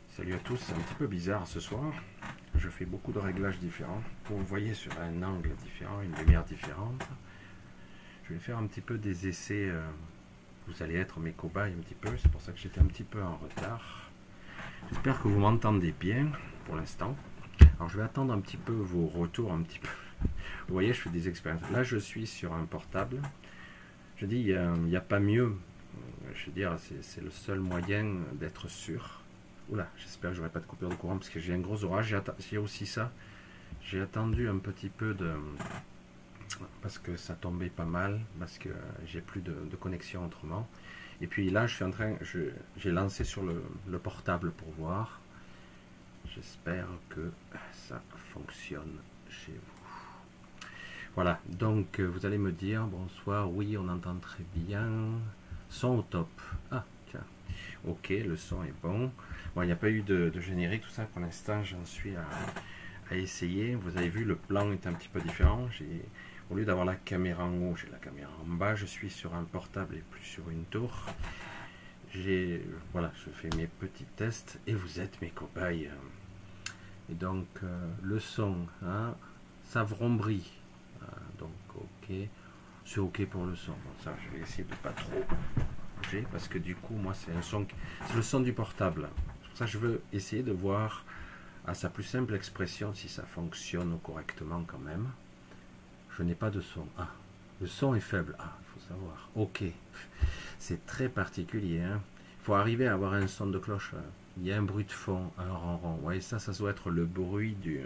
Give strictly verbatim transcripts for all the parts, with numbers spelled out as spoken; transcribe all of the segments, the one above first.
Salut à tous, c'est un petit peu bizarre ce soir. Je fais beaucoup de réglages différents. Vous me voyez sur un angle différent, une lumière différente. Je vais faire un petit peu des essais. euh, Vous allez être mes cobayes un petit peu. C'est pour ça que j'étais un petit peu en retard. J'espère que vous m'entendez bien pour l'instant. Alors je vais attendre un petit peu vos retours un petit peu. Vous voyez, je fais des expériences. Là, je suis sur un portable. Je dis, il n'y a, a pas mieux. Je veux dire, c'est le seul moyen d'être sûr. Oula, j'espère que j'aurai pas de coupure de courant parce que j'ai un gros orage. J'ai aussi ça. J'ai attendu un petit peu de. Parce que ça tombait pas mal. Parce que j'ai plus de, de connexion autrement. Et puis là, je suis en train. J'ai lancé sur le, le portable pour voir. J'espère que ça fonctionne chez vous. Voilà, donc vous allez me dire bonsoir. Oui, on entend très bien. Son au top. Ah, tiens. Ok, le son est bon. Bon, il n'y a pas eu de, de générique, tout ça pour l'instant, j'en suis à, à essayer. Vous avez vu, le plan est un petit peu différent. Au lieu d'avoir la caméra en haut, j'ai la caméra en bas. Je suis sur un portable et plus sur une tour. J'ai, voilà, je fais mes petits tests et vous êtes mes cobayes. Et donc, euh, le son, hein, ça vrombrit. Euh, donc, ok. C'est ok pour le son. Bon, ça, je vais essayer de pas trop bouger parce que du coup, moi, c'est un son, c'est le son du portable. Ça, je veux essayer de voir à sa plus simple expression si ça fonctionne correctement quand même. Je n'ai pas de son. Ah, le son est faible. Ah, il faut savoir. Ok, c'est très particulier. Hein. Il faut arriver à avoir un son de cloche. Il y a un bruit de fond, un ronron. Vous voyez, ça, ça doit être le bruit du.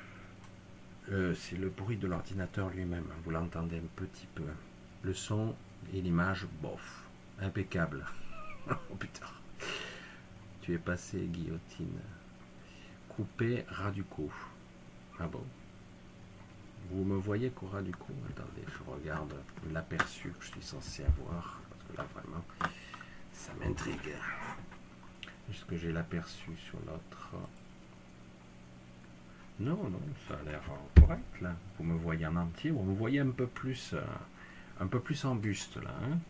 Euh, c'est le bruit de l'ordinateur lui-même. Vous l'entendez un petit peu. Le son et l'image, bof, impeccable. Oh putain. Tu es passé, guillotine. Coupé, ras du cou. Ah bon. Vous me voyez qu'au ras du cou? Attendez, je regarde l'aperçu que je suis censé avoir. Parce que là, vraiment, ça m'intrigue. Est-ce que j'ai l'aperçu sur l'autre? Non, non, ça a l'air correct, là. Vous me voyez en entier. Vous me voyez un peu plus, euh, un peu plus en buste, là. Hein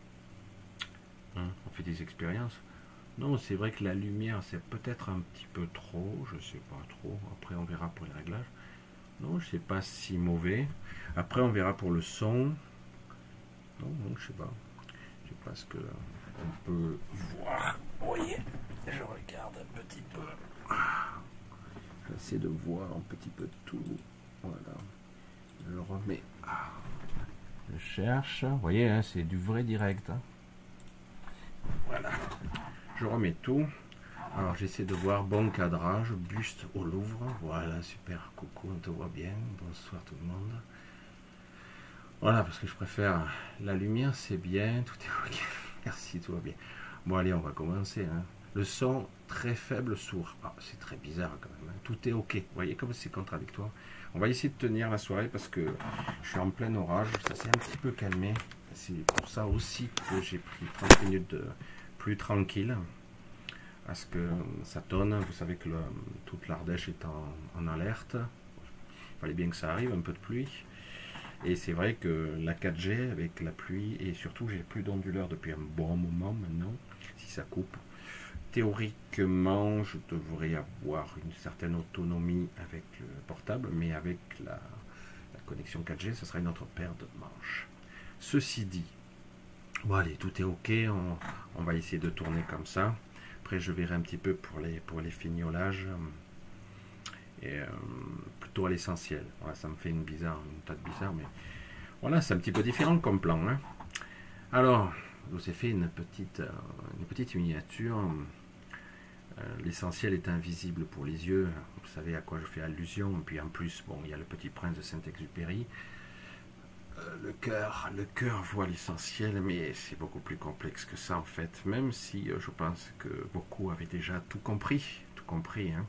hein, on fait des expériences. Non, c'est vrai que la lumière, c'est peut-être un petit peu trop, je sais pas trop. Après, on verra pour les réglages. Non, je sais pas si mauvais. Après, on verra pour le son. Non, non, je sais pas. Je sais pas ce que on peut voir. Vous voyez, je regarde un petit peu. J'essaie de voir un petit peu tout. Voilà. Je le remets. Je cherche. Vous voyez, hein, c'est du vrai direct. Hein. Voilà. Je remets tout. Alors j'essaie de voir bon cadrage, buste au Louvre. Voilà, super, coucou, on te voit bien. Bonsoir tout le monde. Voilà, parce que je préfère la lumière, c'est bien, tout est ok. Merci, tout va bien. Bon allez, on va commencer. Hein. Le son très faible, sourd. Ah, c'est très bizarre quand même. Hein. Tout est ok. Vous voyez comme c'est contradictoire. On va essayer de tenir la soirée parce que je suis en plein orage. Ça s'est un petit peu calmé. C'est pour ça aussi que j'ai pris trente minutes de plus tranquille. Parce que ça tonne, vous savez que le, toute l'Ardèche est en, en alerte. Il fallait bien que ça arrive, un peu de pluie. Et c'est vrai que la quatre G avec la pluie, et surtout j'ai plus d'onduleurs depuis un bon moment maintenant, si ça coupe. Théoriquement, je devrais avoir une certaine autonomie avec le portable, mais avec la, la connexion quatre G, ce sera une autre paire de manches. Ceci dit, bon allez, tout est ok, on, on va essayer de tourner comme ça. Après, je verrai un petit peu pour les, pour les fignolages. Et euh, plutôt à l'essentiel. Voilà, ça me fait une bizarre, une tas de bizarre, mais voilà, c'est un petit peu différent comme plan. Hein. Alors, je vous ai fait une petite, euh, une petite miniature. Euh, l'essentiel est invisible pour les yeux. Vous savez à quoi je fais allusion. Et puis en plus, bon, il y a le Petit Prince de Saint-Exupéry. Euh, le cœur, le cœur voit l'essentiel, mais c'est beaucoup plus complexe que ça en fait. Même si euh, je pense que beaucoup avaient déjà tout compris, tout compris. Hein.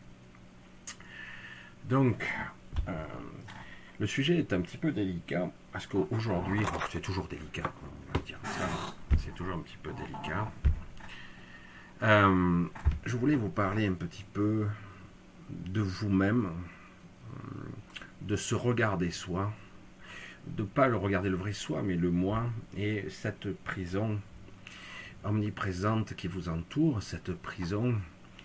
Donc, euh, le sujet est un petit peu délicat parce qu'aujourd'hui, oh, c'est toujours délicat, on va dire ça. C'est toujours un petit peu délicat. Euh, je voulais vous parler un petit peu de vous-même, de se regarder soi. De ne pas le regarder le vrai soi, mais le moi, et cette prison omniprésente qui vous entoure, cette prison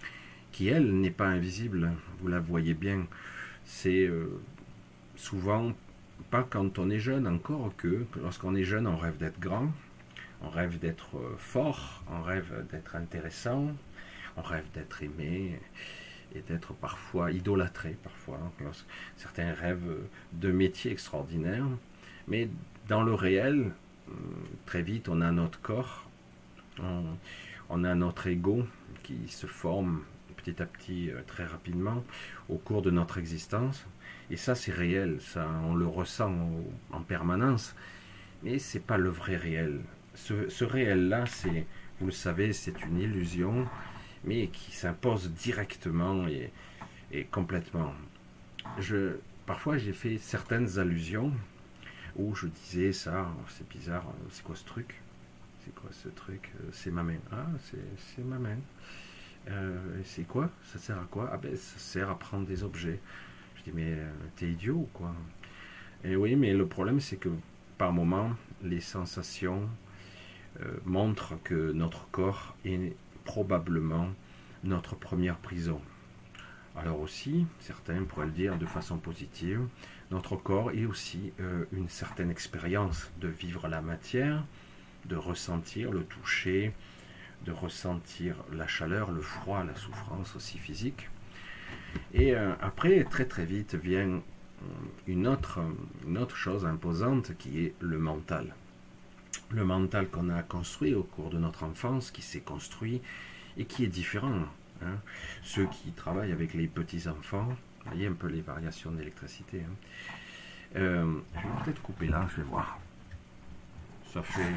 qui elle n'est pas invisible, vous la voyez bien. C'est euh, souvent pas quand on est jeune, encore que lorsqu'on est jeune, on rêve d'être grand, on rêve d'être fort, on rêve d'être intéressant, on rêve d'être aimé et d'être parfois idolâtré, parfois. Lorsque certains rêvent de métiers extraordinaires, mais dans le réel, très vite, on a notre corps, on, on a notre ego qui se forme petit à petit, très rapidement, au cours de notre existence. Et ça, c'est réel, ça, on le ressent en permanence, mais c'est pas le vrai réel. Ce, ce réel-là, c'est, vous le savez, c'est une illusion, mais qui s'impose directement et, et complètement. Je, parfois, j'ai fait certaines allusions où je disais ça, c'est bizarre, c'est quoi ce truc? C'est quoi ce truc? C'est ma main. Ah, c'est ma main. Euh, c'est quoi? Ça sert à quoi? Ah ben, ça sert à prendre des objets. Je dis, mais euh, t'es idiot ou quoi? Et oui, mais le problème, c'est que par moments, les sensations euh, montrent que notre corps est probablement notre première prison. Alors aussi, certains pourraient le dire de façon positive, notre corps est aussi euh, une certaine expérience de vivre la matière, de ressentir le toucher, de ressentir la chaleur, le froid, la souffrance aussi physique. Et euh, après, très très vite, vient une autre, une autre chose imposante qui est le mental. Le mental qu'on a construit au cours de notre enfance, qui s'est construit et qui est différent. Hein. Ceux qui travaillent avec les petits-enfants, vous voyez un peu les variations d'électricité. Hein. Euh, je vais peut-être couper là, je vais voir. Ça fait...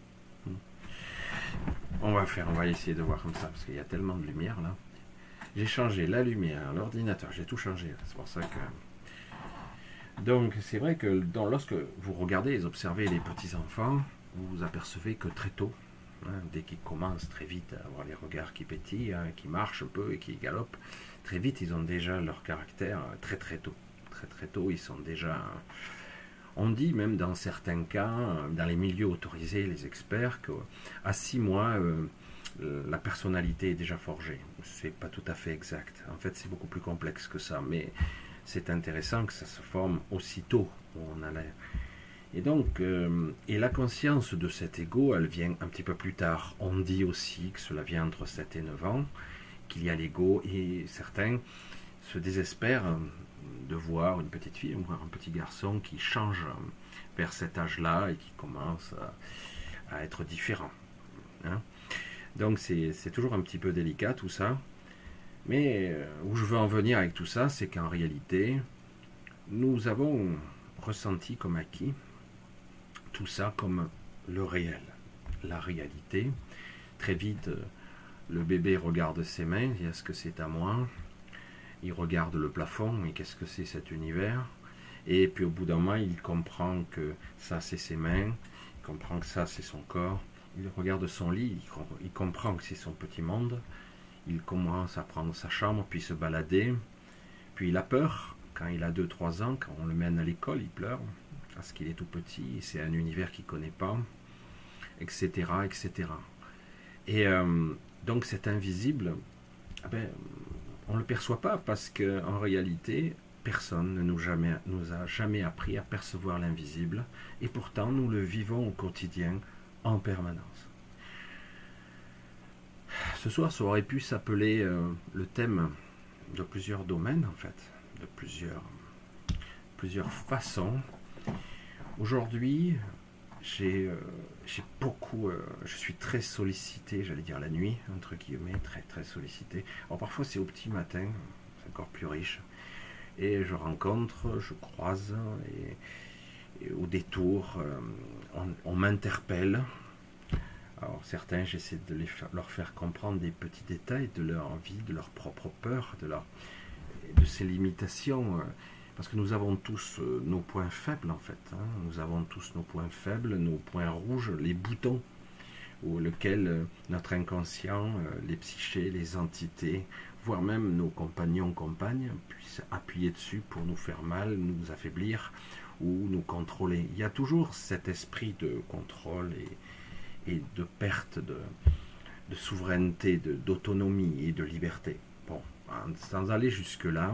On va faire, on va essayer de voir comme ça, parce qu'il y a tellement de lumière là. J'ai changé la lumière, l'ordinateur, j'ai tout changé. C'est pour ça que... Donc c'est vrai que dans, lorsque vous regardez et observez les petits-enfants, vous vous apercevez que très tôt, hein, dès qu'ils commencent très vite à avoir les regards qui pétillent, hein, qui marchent un peu et qui galopent, très vite ils ont déjà leur caractère très très tôt. Très très tôt, ils sont déjà... On dit même dans certains cas, dans les milieux autorisés, les experts, qu'à six mois, euh, la personnalité est déjà forgée. C'est pas tout à fait exact. En fait, c'est beaucoup plus complexe que ça, mais c'est intéressant que ça se forme aussitôt où on a l'air. Et donc, euh, et la conscience de cet ego, elle vient un petit peu plus tard. On dit aussi que cela vient entre sept et neuf ans, qu'il y a l'ego, et certains se désespèrent de voir une petite fille ou un petit garçon qui change vers cet âge-là et qui commence à, à être différent. Hein. Donc c'est toujours un petit peu délicat tout ça. Mais où je veux en venir avec tout ça, c'est qu'en réalité, nous avons ressenti comme acquis tout ça comme le réel, la réalité. Très vite, le bébé regarde ses mains, il dit est-ce que c'est à moi? Il regarde le plafond, mais qu'est-ce que c'est cet univers? Et puis au bout d'un moment, il comprend que ça c'est ses mains, il comprend que ça c'est son corps, il regarde son lit, il, il comprend que c'est son petit monde, il commence à prendre sa chambre, puis se balader, puis il a peur, quand il a deux trois ans, quand on le mène à l'école, il pleure, parce qu'il est tout petit, c'est un univers qu'il ne connaît pas, et cetera, et cetera. Et euh, donc cet invisible, eh ben, on ne le perçoit pas parce qu'en réalité, personne ne nous, jamais, nous a jamais appris à percevoir l'invisible et pourtant nous le vivons au quotidien en permanence. Ce soir, ça aurait pu s'appeler euh, le thème de plusieurs domaines en fait, de plusieurs, plusieurs façons. Aujourd'hui, j'ai euh, beaucoup, euh, je suis très sollicité, j'allais dire la nuit, entre guillemets, très très sollicité. Alors parfois c'est au petit matin, c'est encore plus riche, et je rencontre, je croise, et, et au détour, euh, on, on m'interpelle. Alors certains, j'essaie de les faire, leur faire comprendre des petits détails de leur vie, de leur propre peur, de, leur, de ces limitations. Euh, Parce que nous avons tous euh, nos points faibles en fait. Hein. Nous avons tous nos points faibles, nos points rouges, les boutons, ou lequel euh, notre inconscient, euh, les psychés, les entités, voire même nos compagnons, compagnes, puissent appuyer dessus pour nous faire mal, nous affaiblir ou nous contrôler. Il y a toujours cet esprit de contrôle et, et de perte de, de souveraineté, d'autonomie et de liberté. Bon, sans aller jusque-là,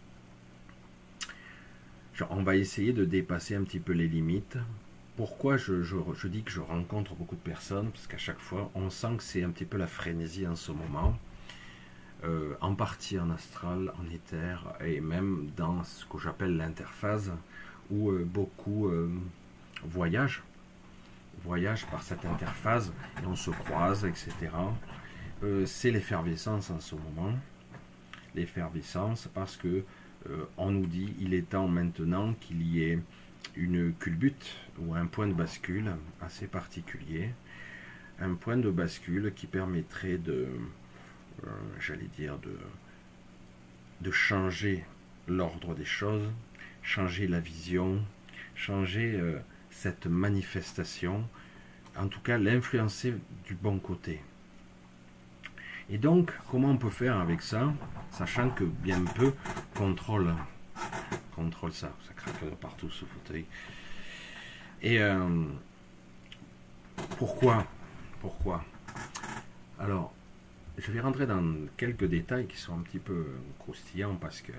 on va essayer de dépasser un petit peu les limites. Pourquoi je, je, je dis que je rencontre beaucoup de personnes? Parce qu'à chaque fois, on sent que c'est un petit peu la frénésie en ce moment. Euh, en partie en astral, en éther, et même dans ce que j'appelle l'interphase, où euh, beaucoup euh, voyagent, voyagent par cette interphase, et on se croise, et cetera. Euh, c'est l'effervescence en ce moment. L'effervescence, parce que euh, on nous dit il est temps maintenant qu'il y ait une culbute ou un point de bascule assez particulier, un point de bascule qui permettrait de, euh, j'allais dire, de, de changer l'ordre des choses, changer la vision, changer euh, cette manifestation, en tout cas l'influencer du bon côté. Et donc, comment on peut faire avec ça, sachant que bien peu contrôle, contrôle ça, ça craque de partout ce fauteuil. Et euh, pourquoi, pourquoi Alors, je vais rentrer dans quelques détails qui sont un petit peu croustillants parce que,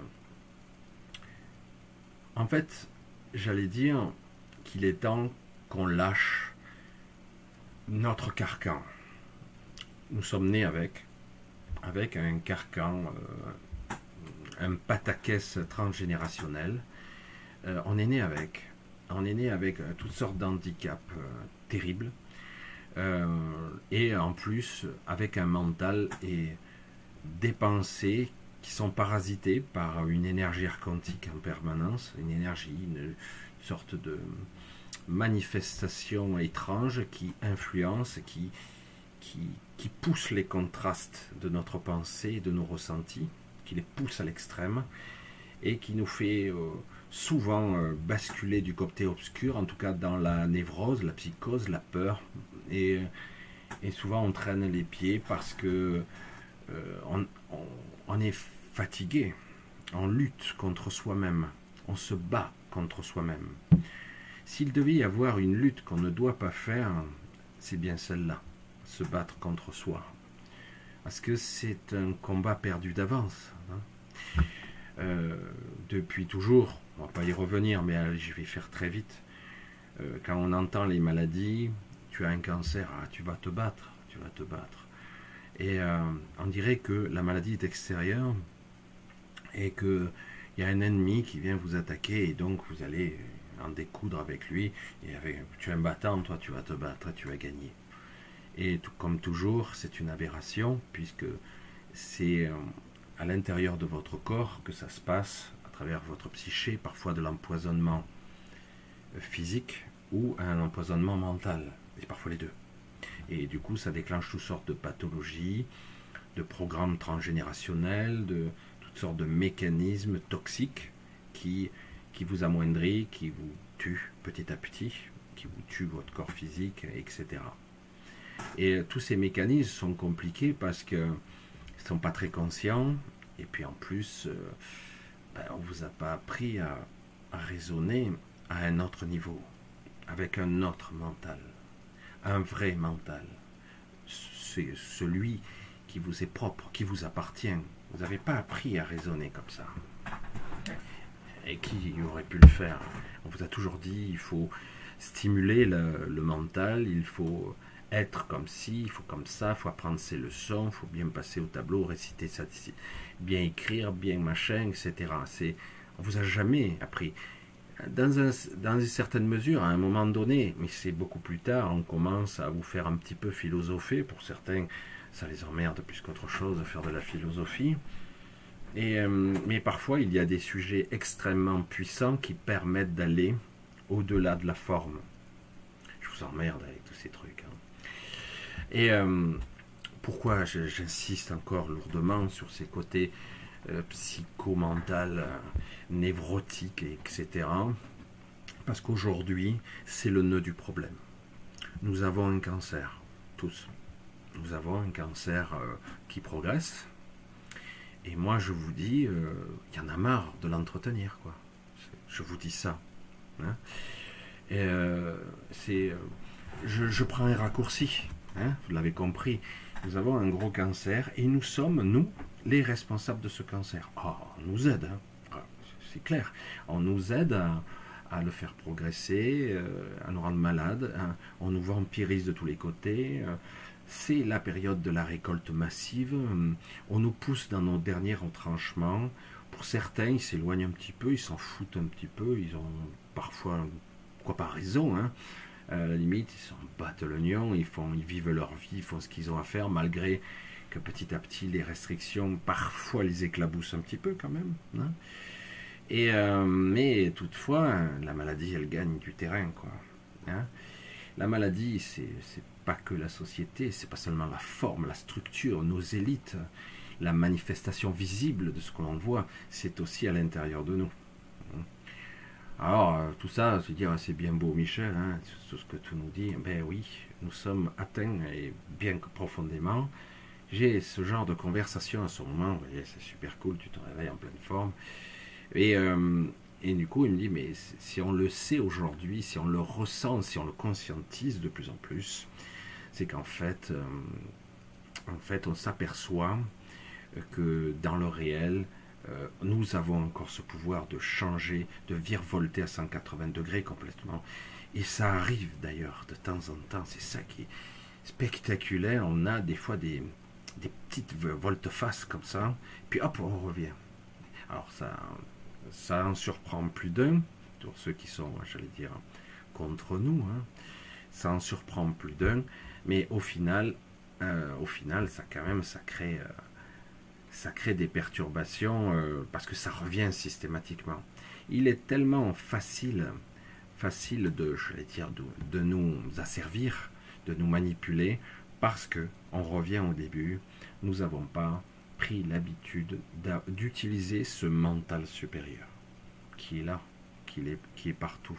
en fait, j'allais dire qu'il est temps qu'on lâche notre carcan. Nous sommes nés avec. avec un carcan, euh, un pataquès transgénérationnel. Euh, on est né avec. On est né avec euh, toutes sortes d'handicaps euh, terribles. Euh, et en plus, avec un mental et des pensées qui sont parasitées par une énergie archontique en permanence, une énergie, une sorte de manifestation étrange qui influence, qui, qui, qui pousse les contrastes de notre pensée et de nos ressentis, qui les pousse à l'extrême et qui nous fait euh, souvent euh, basculer du côté obscur, en tout cas dans la névrose, la psychose, la peur, et, et souvent on traîne les pieds parce que euh, on, on, on est fatigué, on lutte contre soi-même, on se bat contre soi-même. S'il devait y avoir une lutte qu'on ne doit pas faire, c'est bien celle-là, se battre contre soi. Parce que c'est un combat perdu d'avance. Hein. Euh, depuis toujours, on ne va pas y revenir, mais allez, je vais faire très vite. Euh, quand on entend les maladies, tu as un cancer, ah, tu vas te battre, tu vas te battre. Et euh, on dirait que la maladie est extérieure et qu'il y a un ennemi qui vient vous attaquer et donc vous allez en découdre avec lui, et avec, tu es un battant, toi tu vas te battre et tu vas gagner. Et tout, comme toujours, c'est une aberration, puisque c'est euh, à l'intérieur de votre corps que ça se passe, à travers votre psyché, parfois de l'empoisonnement physique ou un empoisonnement mental, et parfois les deux. Et du coup, ça déclenche toutes sortes de pathologies, de programmes transgénérationnels, de toutes sortes de mécanismes toxiques qui qui vous amoindrit, qui vous tue petit à petit, qui vous tue votre corps physique, et cetera. Et tous ces mécanismes sont compliqués parce qu'ils ne sont pas très conscients, et puis en plus, euh, ben, on ne vous a pas appris à, à raisonner à un autre niveau, avec un autre mental, un vrai mental. C'est celui qui vous est propre, qui vous appartient. Vous n'avez pas appris à raisonner comme ça. Et qui aurait pu le faire? On vous a toujours dit il faut stimuler le, le mental, il faut être comme ci, il faut comme ça, il faut apprendre ses leçons, il faut bien passer au tableau, réciter ça, bien écrire, bien machin, et cetera. C'est, on vous a jamais appris. Dans, un, dans une certaine mesure, à un moment donné, mais c'est beaucoup plus tard, on commence à vous faire un petit peu philosopher. Pour certains, ça les emmerde plus qu'autre chose de faire de la philosophie. Et, euh, mais parfois, il y a des sujets extrêmement puissants qui permettent d'aller au-delà de la forme. Je vous emmerde avec tous ces trucs. Hein. Et euh, pourquoi j'insiste encore lourdement sur ces côtés euh, psycho-mental, euh, névrotiques, et cetera. Parce qu'aujourd'hui, c'est le nœud du problème. Nous avons un cancer, tous. Nous avons un cancer euh, qui progresse. Et moi, je vous dis, il euh, y en a marre de l'entretenir, quoi. Je vous dis ça. Hein. Et euh, c'est, euh, je, je prends un raccourci, hein, vous l'avez compris. nous avons un gros cancer et nous sommes, nous, les responsables de ce cancer. Oh, on nous aide, hein. C'est clair. On nous aide à, à le faire progresser, euh, à nous rendre malades, hein. On nous vampirise de tous les côtés. Euh, c'est la période de la récolte massive. On nous pousse dans nos derniers retranchements. Pour certains, ils s'éloignent un petit peu, ils s'en foutent un petit peu, ils ont parfois, quoi pas raison, hein. À la limite, ils s'en battent l'oignon, ils, font, ils vivent leur vie, ils font ce qu'ils ont à faire, malgré que petit à petit, les restrictions, parfois, les éclaboussent un petit peu quand même, hein. Et, euh, mais toutefois, la maladie, elle gagne du terrain, quoi, hein. La maladie, c'est pas que la société, c'est pas seulement la forme, la structure, nos élites, la manifestation visible de ce que l'on voit, c'est aussi à l'intérieur de nous. Alors, tout ça, se dire, c'est bien beau, Michel, hein, tout ce que tu nous dis, ben oui, nous sommes atteints, et bien que profondément. J'ai ce genre de conversation à ce moment, vous voyez, c'est super cool, tu te réveilles en pleine forme. Et, euh, et du coup, il me dit, mais si on le sait aujourd'hui, si on le ressent, si on le conscientise de plus en plus, c'est qu'en fait, euh, en fait, on s'aperçoit que dans le réel, euh, nous avons encore ce pouvoir de changer, de virevolter à cent quatre-vingts degrés complètement. Et ça arrive d'ailleurs de temps en temps, c'est ça qui est spectaculaire. On a des fois des, des petites volte-face comme ça, puis hop, on revient. Alors ça, ça en surprend plus d'un, pour ceux qui sont, j'allais dire, contre nous, hein. Ça en surprend plus d'un, mais au final, euh, au final, ça quand même, ça crée... Euh, ça crée des perturbations euh, parce que ça revient systématiquement. Il est tellement facile, facile de, je vais dire, de, de nous asservir, de nous manipuler, parce que on revient au début, nous n'avons pas pris l'habitude d'utiliser ce mental supérieur qui est là, qui est, qui est partout.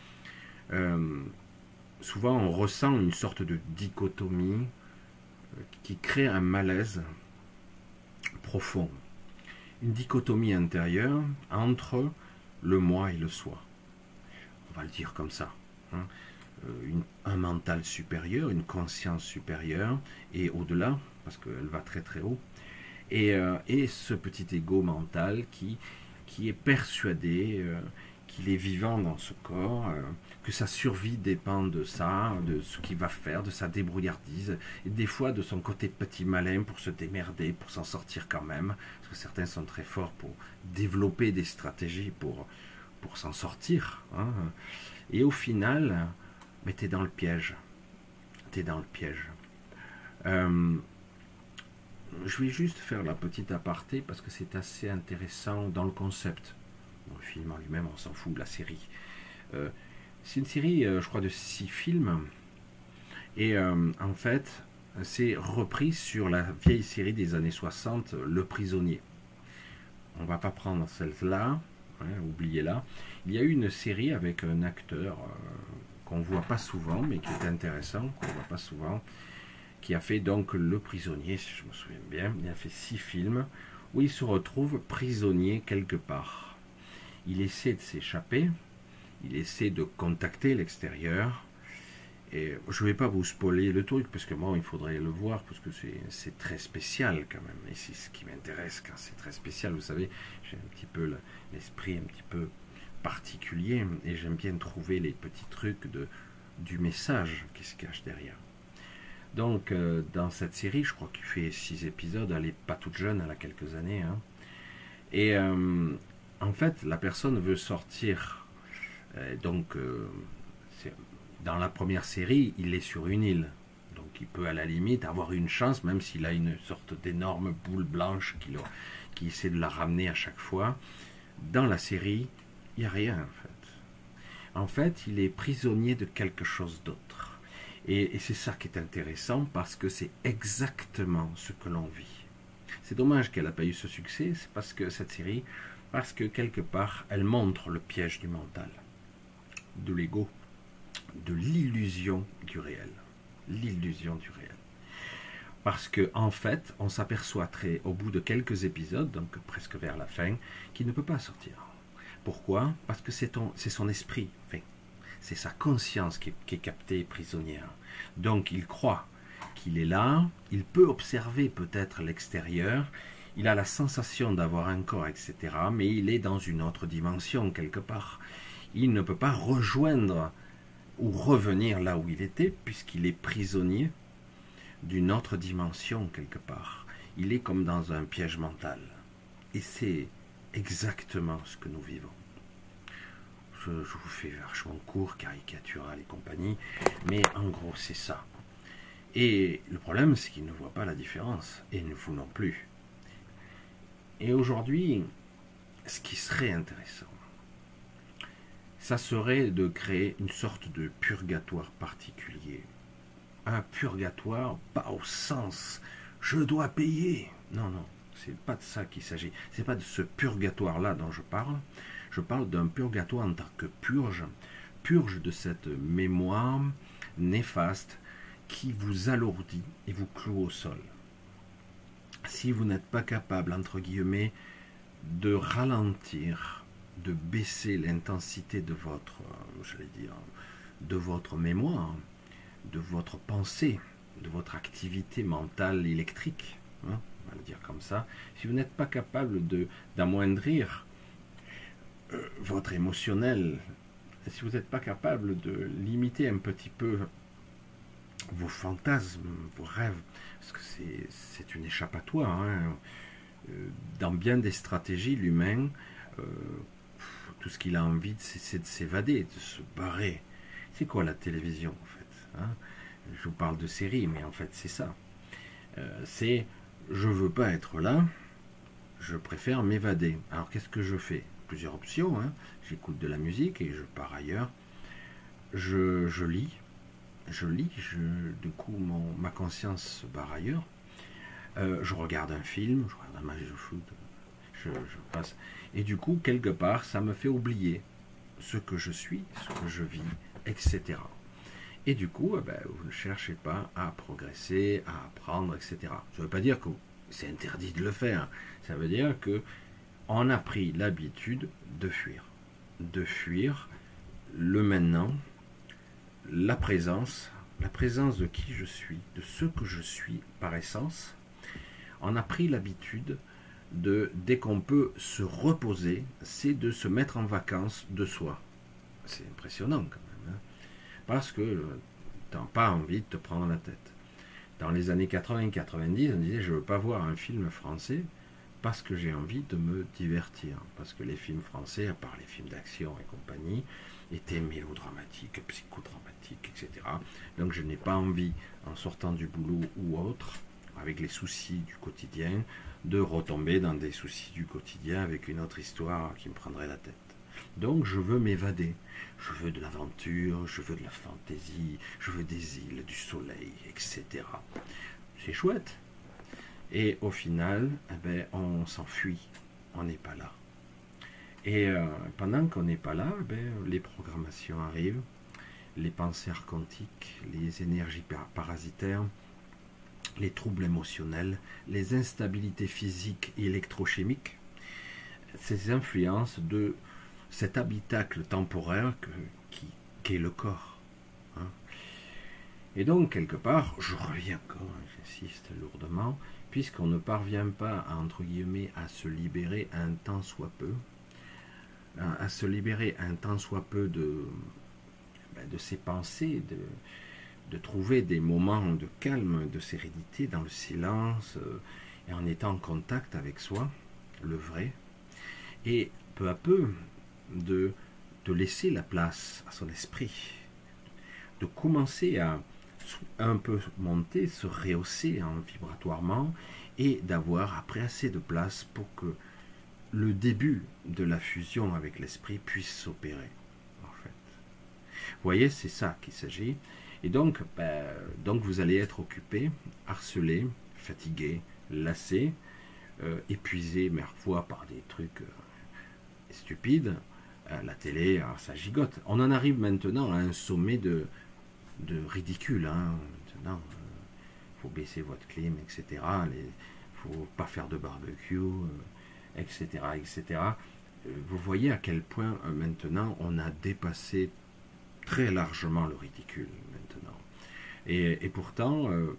Euh, souvent, on ressent une sorte de dichotomie euh, qui crée un malaise profond, une dichotomie intérieure entre le moi et le soi, on va le dire comme ça, hein. Une, un mental supérieur, une conscience supérieure, et au-delà, parce qu'elle va très très haut, et, euh, et ce petit ego mental qui, qui est persuadé euh, qu'il est vivant dans ce corps, euh, que sa survie dépend de ça, de ce qu'il va faire, de sa débrouillardise, et des fois de son côté petit malin pour se démerder, pour s'en sortir quand même, parce que certains sont très forts pour développer des stratégies pour, pour s'en sortir, hein. Et au final, mais t'es dans le piège, t'es dans le piège. Euh, je vais juste faire la petite aparté, parce que c'est assez intéressant dans le concept. Bon, le film en lui-même, on s'en fout, la série. Euh, c'est une série, euh, je crois, de six films. Et euh, en fait, c'est repris sur la vieille série des années soixante, Le Prisonnier. On va pas prendre celle-là, hein, oubliez-la. Il y a eu une série avec un acteur euh, qu'on voit pas souvent, mais qui est intéressant, qu'on voit pas souvent, qui a fait donc Le Prisonnier, si je me souviens bien. Il a fait six films où il se retrouve prisonnier quelque part. Il essaie de s'échapper, il essaie de contacter l'extérieur, et je ne vais pas vous spoiler le truc, parce que moi, il faudrait le voir, parce que c'est très spécial quand même, et c'est ce qui m'intéresse quand c'est très spécial, vous savez, j'ai un petit peu l'esprit un petit peu particulier, et j'aime bien trouver les petits trucs de, du message qui se cache derrière. Donc, euh, dans cette série, je crois qu'il fait six épisodes, elle n'est pas toute jeune, elle a quelques années, hein, et... Euh, en fait, la personne veut sortir. Euh, donc, euh, dans la première série, il est sur une île. Donc, il peut à la limite avoir une chance, même s'il a une sorte d'énorme boule blanche qui, le, qui essaie de la ramener à chaque fois. Dans la série, il n'y a rien, en fait. En fait, il est prisonnier de quelque chose d'autre. Et, et c'est ça qui est intéressant, parce que c'est exactement ce que l'on vit. C'est dommage qu'elle n'a pas eu ce succès, c'est parce que cette série... Parce que quelque part, elle montre le piège du mental, de l'ego, de l'illusion du réel. L'illusion du réel. Parce que en fait, on s'aperçoit très, au bout de quelques épisodes, donc presque vers la fin, qu'il ne peut pas sortir. Pourquoi? Parce que c'est son esprit, enfin, c'est sa conscience qui est, qui est captée prisonnière. Donc il croit qu'il est là, il peut observer peut-être l'extérieur, il a la sensation d'avoir un corps, et cetera, mais il est dans une autre dimension quelque part. Il ne peut pas rejoindre ou revenir là où il était, puisqu'il est prisonnier d'une autre dimension quelque part. Il est comme dans un piège mental. Et c'est exactement ce que nous vivons. Je, je vous fais vachement court, caricatural et compagnie, mais en gros c'est ça. Et le problème, c'est qu'ils ne voient pas la différence, et nous non plus. Et aujourd'hui, ce qui serait intéressant, ça serait de créer une sorte de purgatoire particulier. Un purgatoire, pas au sens « je dois payer ». Non, non, c'est pas de ça qu'il s'agit. C'est pas de ce purgatoire-là dont je parle. Je parle d'un purgatoire en tant que purge, purge de cette mémoire néfaste qui vous alourdit et vous cloue au sol. Si vous n'êtes pas capable, entre guillemets, de ralentir, de baisser l'intensité de votre, j'allais dire, de votre mémoire, de votre pensée, de votre activité mentale électrique, hein, on va le dire comme ça, si vous n'êtes pas capable de d'amoindrir euh, votre émotionnel, si vous n'êtes pas capable de limiter un petit peu vos fantasmes, vos rêves, parce que c'est, c'est une échappatoire, hein. Dans bien des stratégies, l'humain, euh, tout ce qu'il a envie, c'est, c'est de s'évader, de se barrer. C'est quoi la télévision, en fait, hein? Je vous parle de séries, mais en fait, c'est ça. Euh, c'est, je veux pas être là, je préfère m'évader. Alors, qu'est-ce que je fais? Plusieurs options, hein. J'écoute de la musique et je pars ailleurs. Je, je lis. Je lis, je, du coup, mon, ma conscience se barre ailleurs. Euh, je regarde un film, je regarde un match de foot, je, je passe. Et du coup, quelque part, ça me fait oublier ce que je suis, ce que je vis, et cetera. Et du coup, eh ben, vous ne cherchez pas à progresser, à apprendre, et cetera. Ça ne veut pas dire que c'est interdit de le faire. Ça veut dire que on a pris l'habitude de fuir. De fuir le maintenant, la présence, la présence de qui je suis, de ce que je suis par essence. On a pris l'habitude de, dès qu'on peut se reposer, c'est de se mettre en vacances de soi. C'est impressionnant quand même, hein, parce que tu n'as pas envie de te prendre la tête. Dans les années quatre-vingts quatre-vingt-dix, on disait je ne veux pas voir un film français parce que j'ai envie de me divertir. Parce que les films français, à part les films d'action et compagnie, étaient mélodramatiques, psychodramatiques, et cetera. Donc je n'ai pas envie, en sortant du boulot ou autre, avec les soucis du quotidien, de retomber dans des soucis du quotidien avec une autre histoire qui me prendrait la tête. Donc je veux m'évader, je veux de l'aventure, je veux de la fantaisie, je veux des îles, du soleil, et cetera. C'est chouette. Et au final, eh ben, on s'enfuit, on n'est pas là. Et euh, pendant qu'on n'est pas là, eh ben, les programmations arrivent, les pensées archontiques, les énergies parasitaires, les troubles émotionnels, les instabilités physiques et électrochimiques, ces influences de cet habitacle temporaire que, qui, qui est le corps. Hein. Et donc, quelque part, je reviens encore, j'insiste lourdement, puisqu'on ne parvient pas, à, entre guillemets, à se libérer un tant soit peu, à, à se libérer un tant soit peu de, ben, de ses pensées, de, de trouver des moments de calme, de sérénité dans le silence, euh, et en étant en contact avec soi, le vrai, et peu à peu, de, de laisser la place à son esprit, de commencer à un peu monter, se rehausser hein, vibratoirement, et d'avoir après assez de place pour que le début de la fusion avec l'esprit puisse s'opérer. En fait, vous voyez, c'est ça qu'il s'agit. Et donc, ben, donc vous allez être occupé, harcelé, fatigué, lassé, euh, épuisé, parfois par des trucs euh, stupides. Euh, la télé, alors, ça gigote. On en arrive maintenant à un sommet de de ridicule, hein. Maintenant, il euh, faut baisser votre clim, et cetera. Il ne faut pas faire de barbecue, euh, et cetera, et cetera. Euh, vous voyez à quel point euh, maintenant on a dépassé très largement le ridicule maintenant. Et, et pourtant, euh,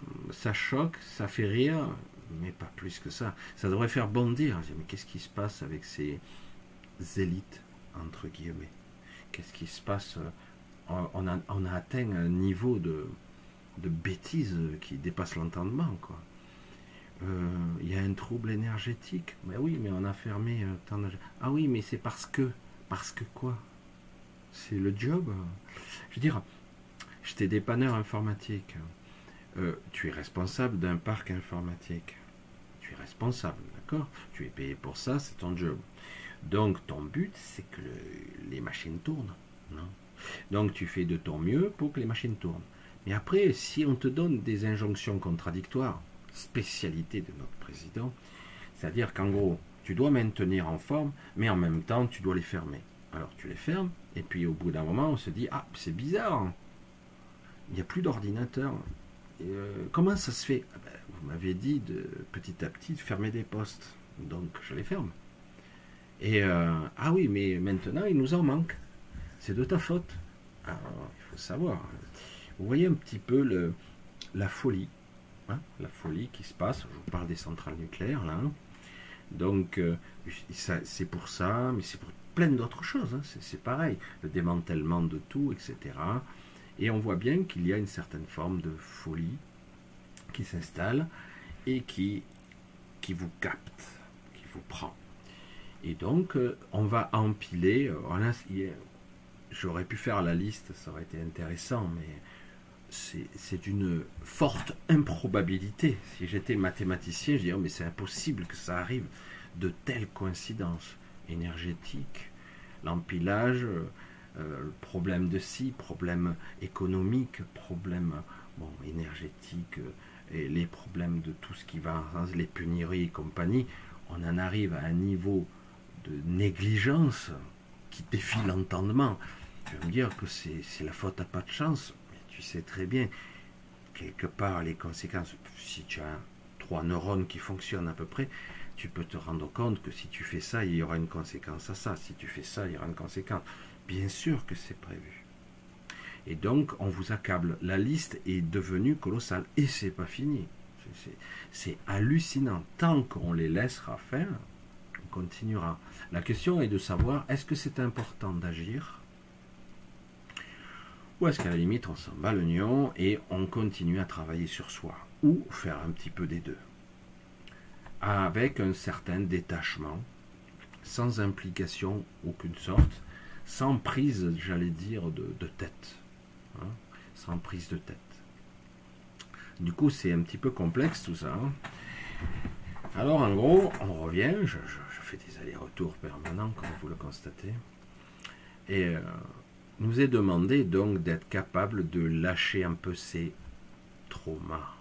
ça choque, ça fait rire, mais pas plus que ça. Ça devrait faire bondir. Mais qu'est-ce qui se passe avec ces élites, entre guillemets? Qu'est-ce qui se passe? on a, on a atteint un niveau de, de bêtise qui dépasse l'entendement, quoi. Euh, il y a un trouble énergétique. Mais oui, mais on a fermé euh, tant de... Ah oui, mais c'est parce que... Parce que quoi? C'est le job. Je veux dire, j'étais dépanneur informatique. Euh, tu es responsable d'un parc informatique. Tu es responsable, d'accord? Tu es payé pour ça, c'est ton job. Donc ton but, c'est que le, les machines tournent, non? Donc tu fais de ton mieux pour que les machines tournent. Mais après, si on te donne des injonctions contradictoires, spécialité de notre président, c'est-à-dire qu'en gros, tu dois maintenir en forme, mais en même temps, tu dois les fermer. Alors tu les fermes, et puis au bout d'un moment, on se dit, ah, c'est bizarre, il n'y a plus d'ordinateur. Euh, comment ça se fait? Ah ben, vous m'avez dit de petit à petit de fermer des postes, donc je les ferme. Et euh, ah oui, mais maintenant, il nous en manque. C'est de ta faute. Alors, il faut savoir. Vous voyez un petit peu le, la folie. Hein, la folie qui se passe. Je vous parle des centrales nucléaires, là. Hein. Donc, euh, c'est pour ça, mais c'est pour plein d'autres choses. Hein. C'est pareil. Le démantèlement de tout, et cetera. Et on voit bien qu'il y a une certaine forme de folie qui s'installe et qui, qui vous capte, qui vous prend. Et donc, euh, on va empiler... Euh, J'aurais pu faire la liste, ça aurait été intéressant, mais c'est d'une forte improbabilité. Si j'étais mathématicien, je dirais, mais c'est impossible que ça arrive de telles coïncidences énergétiques, l'empilage, euh, problème de ci, problème économique, problème bon, énergétique, euh, et les problèmes de tout ce qui va, hein, les pénuries et compagnie, on en arrive à un niveau de négligence qui défie l'entendement. Tu vas me dire que c'est la faute à pas de chance, mais tu sais très bien, quelque part, les conséquences, si tu as trois neurones qui fonctionnent à peu près, tu peux te rendre compte que si tu fais ça, il y aura une conséquence à ça, si tu fais ça, il y aura une conséquence. Bien sûr que c'est prévu. Et donc, on vous accable. La liste est devenue colossale, et c'est pas fini. C'est hallucinant. Tant qu'on les laissera faire, on continuera. La question est de savoir, est-ce que c'est important d'agir? Ou est-ce qu'à la limite, on s'en bat le nion et on continue à travailler sur soi? Ou faire un petit peu des deux. Avec un certain détachement, sans implication aucune sorte, sans prise, j'allais dire, de, de tête. Hein, sans prise de tête. Du coup, c'est un petit peu complexe tout ça. Hein. Alors, en gros, on revient, je, je, je fais des allers-retours permanents, comme vous le constatez, et euh, nous est demandé donc d'être capable de lâcher un peu ces traumas.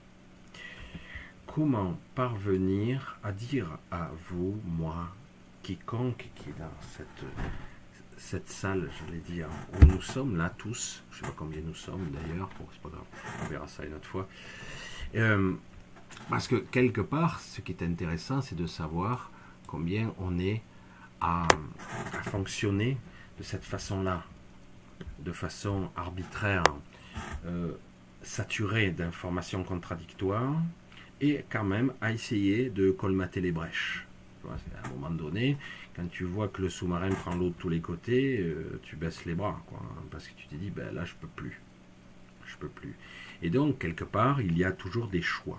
Comment parvenir à dire à vous, moi, quiconque qui est dans cette, cette salle, j'allais dire, où nous sommes là tous, je ne sais pas combien nous sommes d'ailleurs, bon, c'est pas grave, on verra ça une autre fois, euh, parce que quelque part, ce qui est intéressant, c'est de savoir combien on est à, à fonctionner de cette façon-là, de façon arbitraire, euh, saturée d'informations contradictoires, et quand même à essayer de colmater les brèches. À un moment donné, quand tu vois que le sous-marin prend l'eau de tous les côtés, euh, tu baisses les bras, quoi, parce que tu te dis, ben là, je peux plus. Je peux plus. Et donc, quelque part, il y a toujours des choix.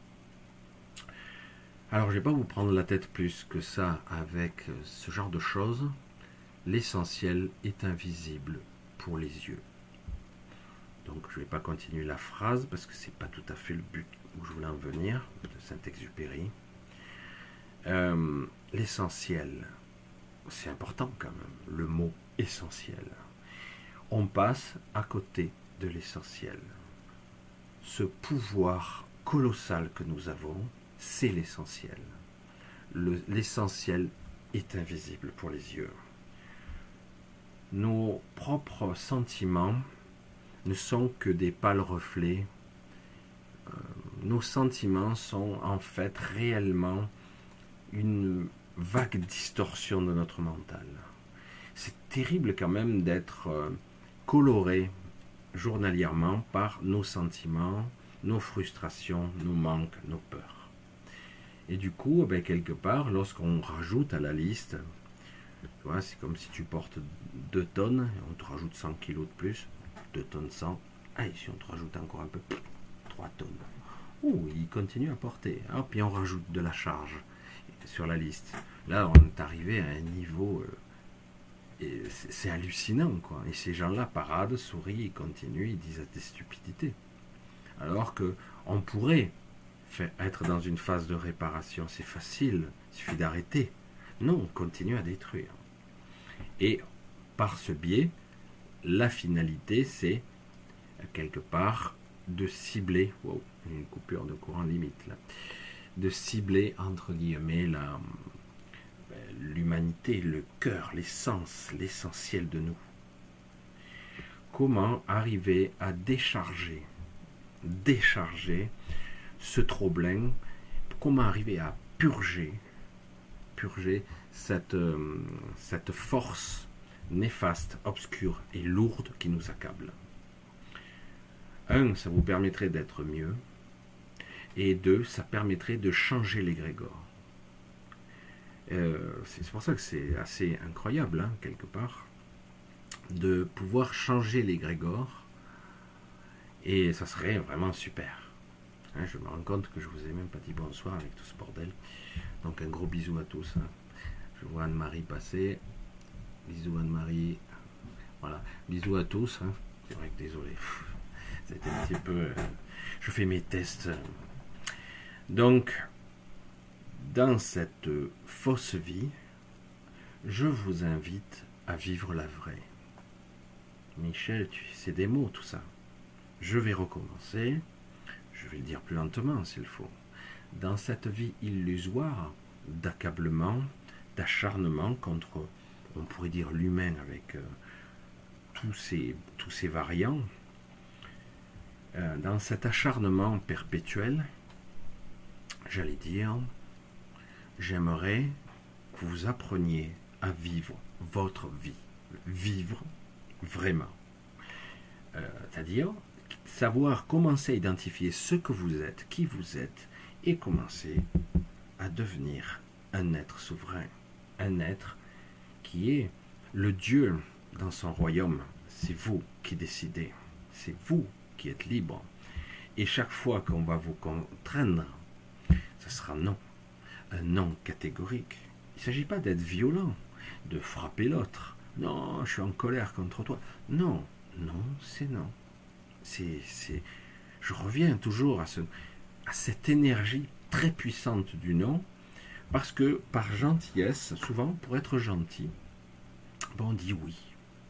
Alors, je ne vais pas vous prendre la tête plus que ça avec ce genre de choses. L'essentiel est invisible pour les yeux. Donc, je ne vais pas continuer la phrase parce que ce n'est pas tout à fait le but où je voulais en venir, de Saint-Exupéry. Euh, l'essentiel, c'est important quand même, le mot essentiel. On passe à côté de l'essentiel. Ce pouvoir colossal que nous avons, c'est l'essentiel. L'essentiel est invisible pour les yeux. Nos propres sentiments ne sont que des pâles reflets. Euh, nos sentiments sont en fait réellement une vague distorsion de notre mental. C'est terrible quand même d'être euh, coloré journalièrement par nos sentiments, nos frustrations, nos manques, nos peurs. Et du coup, ben, quelque part, lorsqu'on rajoute à la liste, tu vois, c'est comme si tu portes deux tonnes, on te rajoute cent kilos de plus, deux tonnes cent, ah, et si on te rajoute encore un peu, trois tonnes. Ouh, il continue à porter. Hop, puis on rajoute de la charge sur la liste. Là, on est arrivé à un niveau... Euh, et c'est, c'est hallucinant, quoi. Et ces gens-là paradent, sourient, ils continuent, ils disent des stupidités. Alors que on pourrait faire, être dans une phase de réparation. C'est facile, il suffit d'arrêter. Non, on continue à détruire. Et par ce biais, la finalité, c'est quelque part de cibler, wow, une coupure de courant limite là, de cibler entre guillemets la, l'humanité, le cœur, l'essence, l'essentiel de nous. Comment arriver à décharger, décharger ce trop-plein, comment arriver à purger, purger cette, euh, cette force néfaste, obscure et lourde qui nous accable. Un, ça vous permettrait d'être mieux, et deux, ça permettrait de changer l'égrégore. Euh, c'est pour ça que c'est assez incroyable, hein, quelque part, de pouvoir changer l'égrégore, et ça serait vraiment super. Hein, je me rends compte que je vous ai même pas dit bonsoir avec tout ce bordel. Donc un gros bisou à tous. Hein. Je vois Anne-Marie passer. Bisous Anne-Marie. Voilà, bisous à tous. Hein. C'est vrai que désolé. C'était un petit peu... Euh, je fais mes tests. Donc, dans cette fausse vie, je vous invite à vivre la vraie. Michel, tu, c'est des mots tout ça. Je vais recommencer. Je vais le dire plus lentement s'il faut. Dans cette vie illusoire d'accablement, d'acharnement contre, on pourrait dire, l'humain avec euh, tous ces, tous ces variants, euh, dans cet acharnement perpétuel, j'allais dire, j'aimerais que vous appreniez à vivre votre vie, vivre vraiment. Euh, c'est-à-dire savoir commencer à identifier ce que vous êtes, qui vous êtes, et commencer à devenir un être souverain, un être qui est le Dieu dans son royaume. C'est vous qui décidez, c'est vous qui êtes libre. Et chaque fois qu'on va vous contraindre, ce sera non, un non catégorique. Il ne s'agit pas d'être violent, de frapper l'autre. Non, je suis en colère contre toi. Non, non, c'est non. C'est, c'est, je reviens toujours à, ce, à cette énergie très puissante du non, parce que par gentillesse, souvent pour être gentil, bon, on dit oui.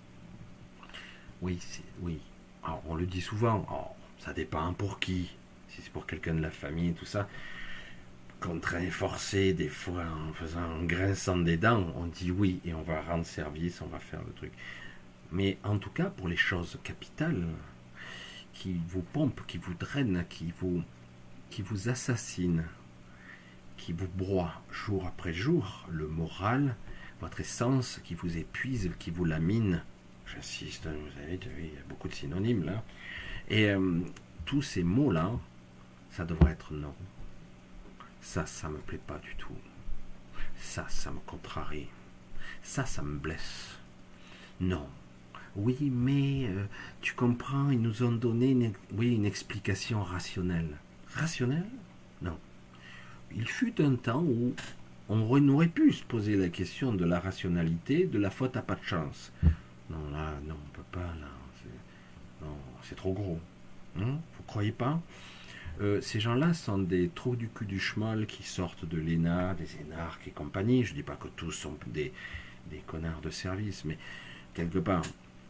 Oui, c'est, oui. Alors, on le dit souvent, alors, ça dépend pour qui. Si c'est pour quelqu'un de la famille, tout ça, contraint, forcé, des fois en faisant, en grinçant des dents, on dit oui et on va rendre service, on va faire le truc. Mais en tout cas, pour les choses capitales, qui vous pompent, qui vous drainent, qui vous, qui vous assassinent, qui vous broient jour après jour, le moral, votre essence, qui vous épuise, qui vous lamine. J'insiste, vous savez, il y a beaucoup de synonymes là. Et euh, tous ces mots-là, ça devrait être non. Ça, ça me plaît pas du tout. Ça, ça me contrarie. Ça, ça me blesse. Non. Oui, mais euh, tu comprends, ils nous ont donné une, oui, une explication rationnelle. Rationnelle? Non. Il fut un temps où on aurait pu se poser la question de la rationalité, de la faute à pas de chance. Non, là, non, on peut pas, là. C'est, non, c'est trop gros. Hein, vous croyez pas? euh, Ces gens-là sont des trous du cul du schmoll qui sortent de l'E N A, des énarques et compagnie. Je dis pas que tous sont des, des connards de service, mais quelque part,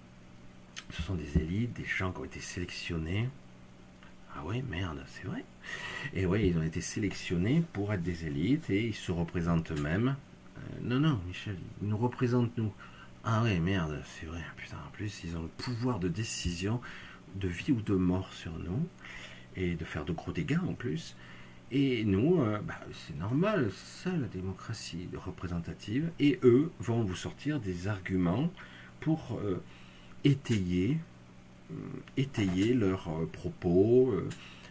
ce sont des élites, des gens qui ont été sélectionnés. Ah oui, merde, c'est vrai. Et oui, ils ont été sélectionnés pour être des élites et ils se représentent eux-mêmes. Euh, non, non, Michel, ils nous représentent nous. Ah oui, merde, c'est vrai. Putain, en plus, ils ont le pouvoir de décision, de vie ou de mort sur nous et de faire de gros dégâts en plus. Et nous, euh, bah, c'est normal, c'est ça la démocratie représentative. Et eux vont vous sortir des arguments pour euh, étayer, euh, étayer leurs euh, propos, euh,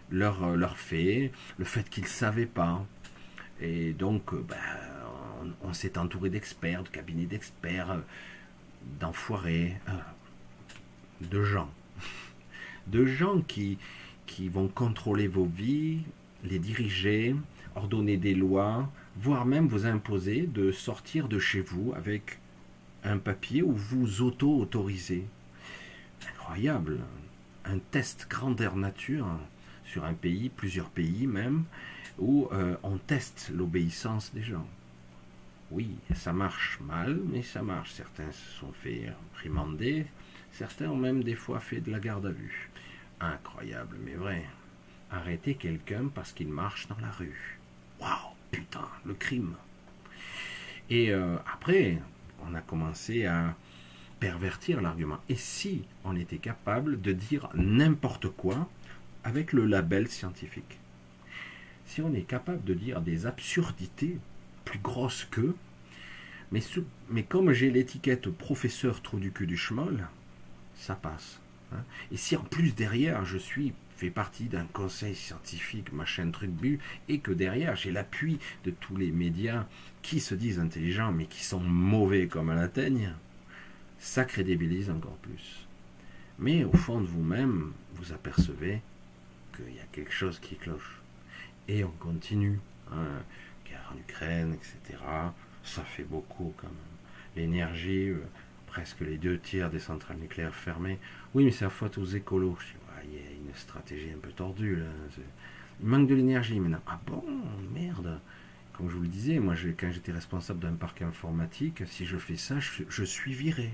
leurs leur faits, le fait qu'ils ne savaient pas. Et donc, ben, on, on s'est entouré d'experts, de cabinets d'experts, d'enfoirés, de gens. De gens qui, qui vont contrôler vos vies, les diriger, ordonner des lois, voire même vous imposer de sortir de chez vous avec un papier où vous auto-autorisez. Incroyable. Un test grandeur nature sur un pays, plusieurs pays même, où euh, on teste l'obéissance des gens. Oui, ça marche mal, mais ça marche. Certains se sont fait réprimander, certains ont même des fois fait de la garde à vue. Incroyable, mais vrai. Arrêter quelqu'un parce qu'il marche dans la rue. Waouh, putain, le crime. Et euh, après, on a commencé à pervertir l'argument. Et si on était capable de dire n'importe quoi avec le label scientifique? Si on est capable de dire des absurdités plus grosses qu'eux, mais, mais comme j'ai l'étiquette professeur trou du cul du schmoll, ça passe. Hein. Et si en plus derrière je suis fait partie d'un conseil scientifique, machin truc bu, et que derrière j'ai l'appui de tous les médias qui se disent intelligents mais qui sont mauvais comme à la teigne, ça crédibilise encore plus. Mais au fond de vous-même, vous apercevez qu'il y a quelque chose qui cloche. Et on continue. Hein, guerre en Ukraine, et cetera. Ça fait beaucoup quand même. L'énergie, euh, presque les deux tiers des centrales nucléaires fermées. Oui, mais c'est la faute aux écolos. Je dis, ouais, il y a une stratégie un peu tordue là. Il manque de l'énergie maintenant. Ah bon, merde. Comme je vous le disais, moi, je, quand j'étais responsable d'un parc informatique, si je fais ça, je, je suis viré.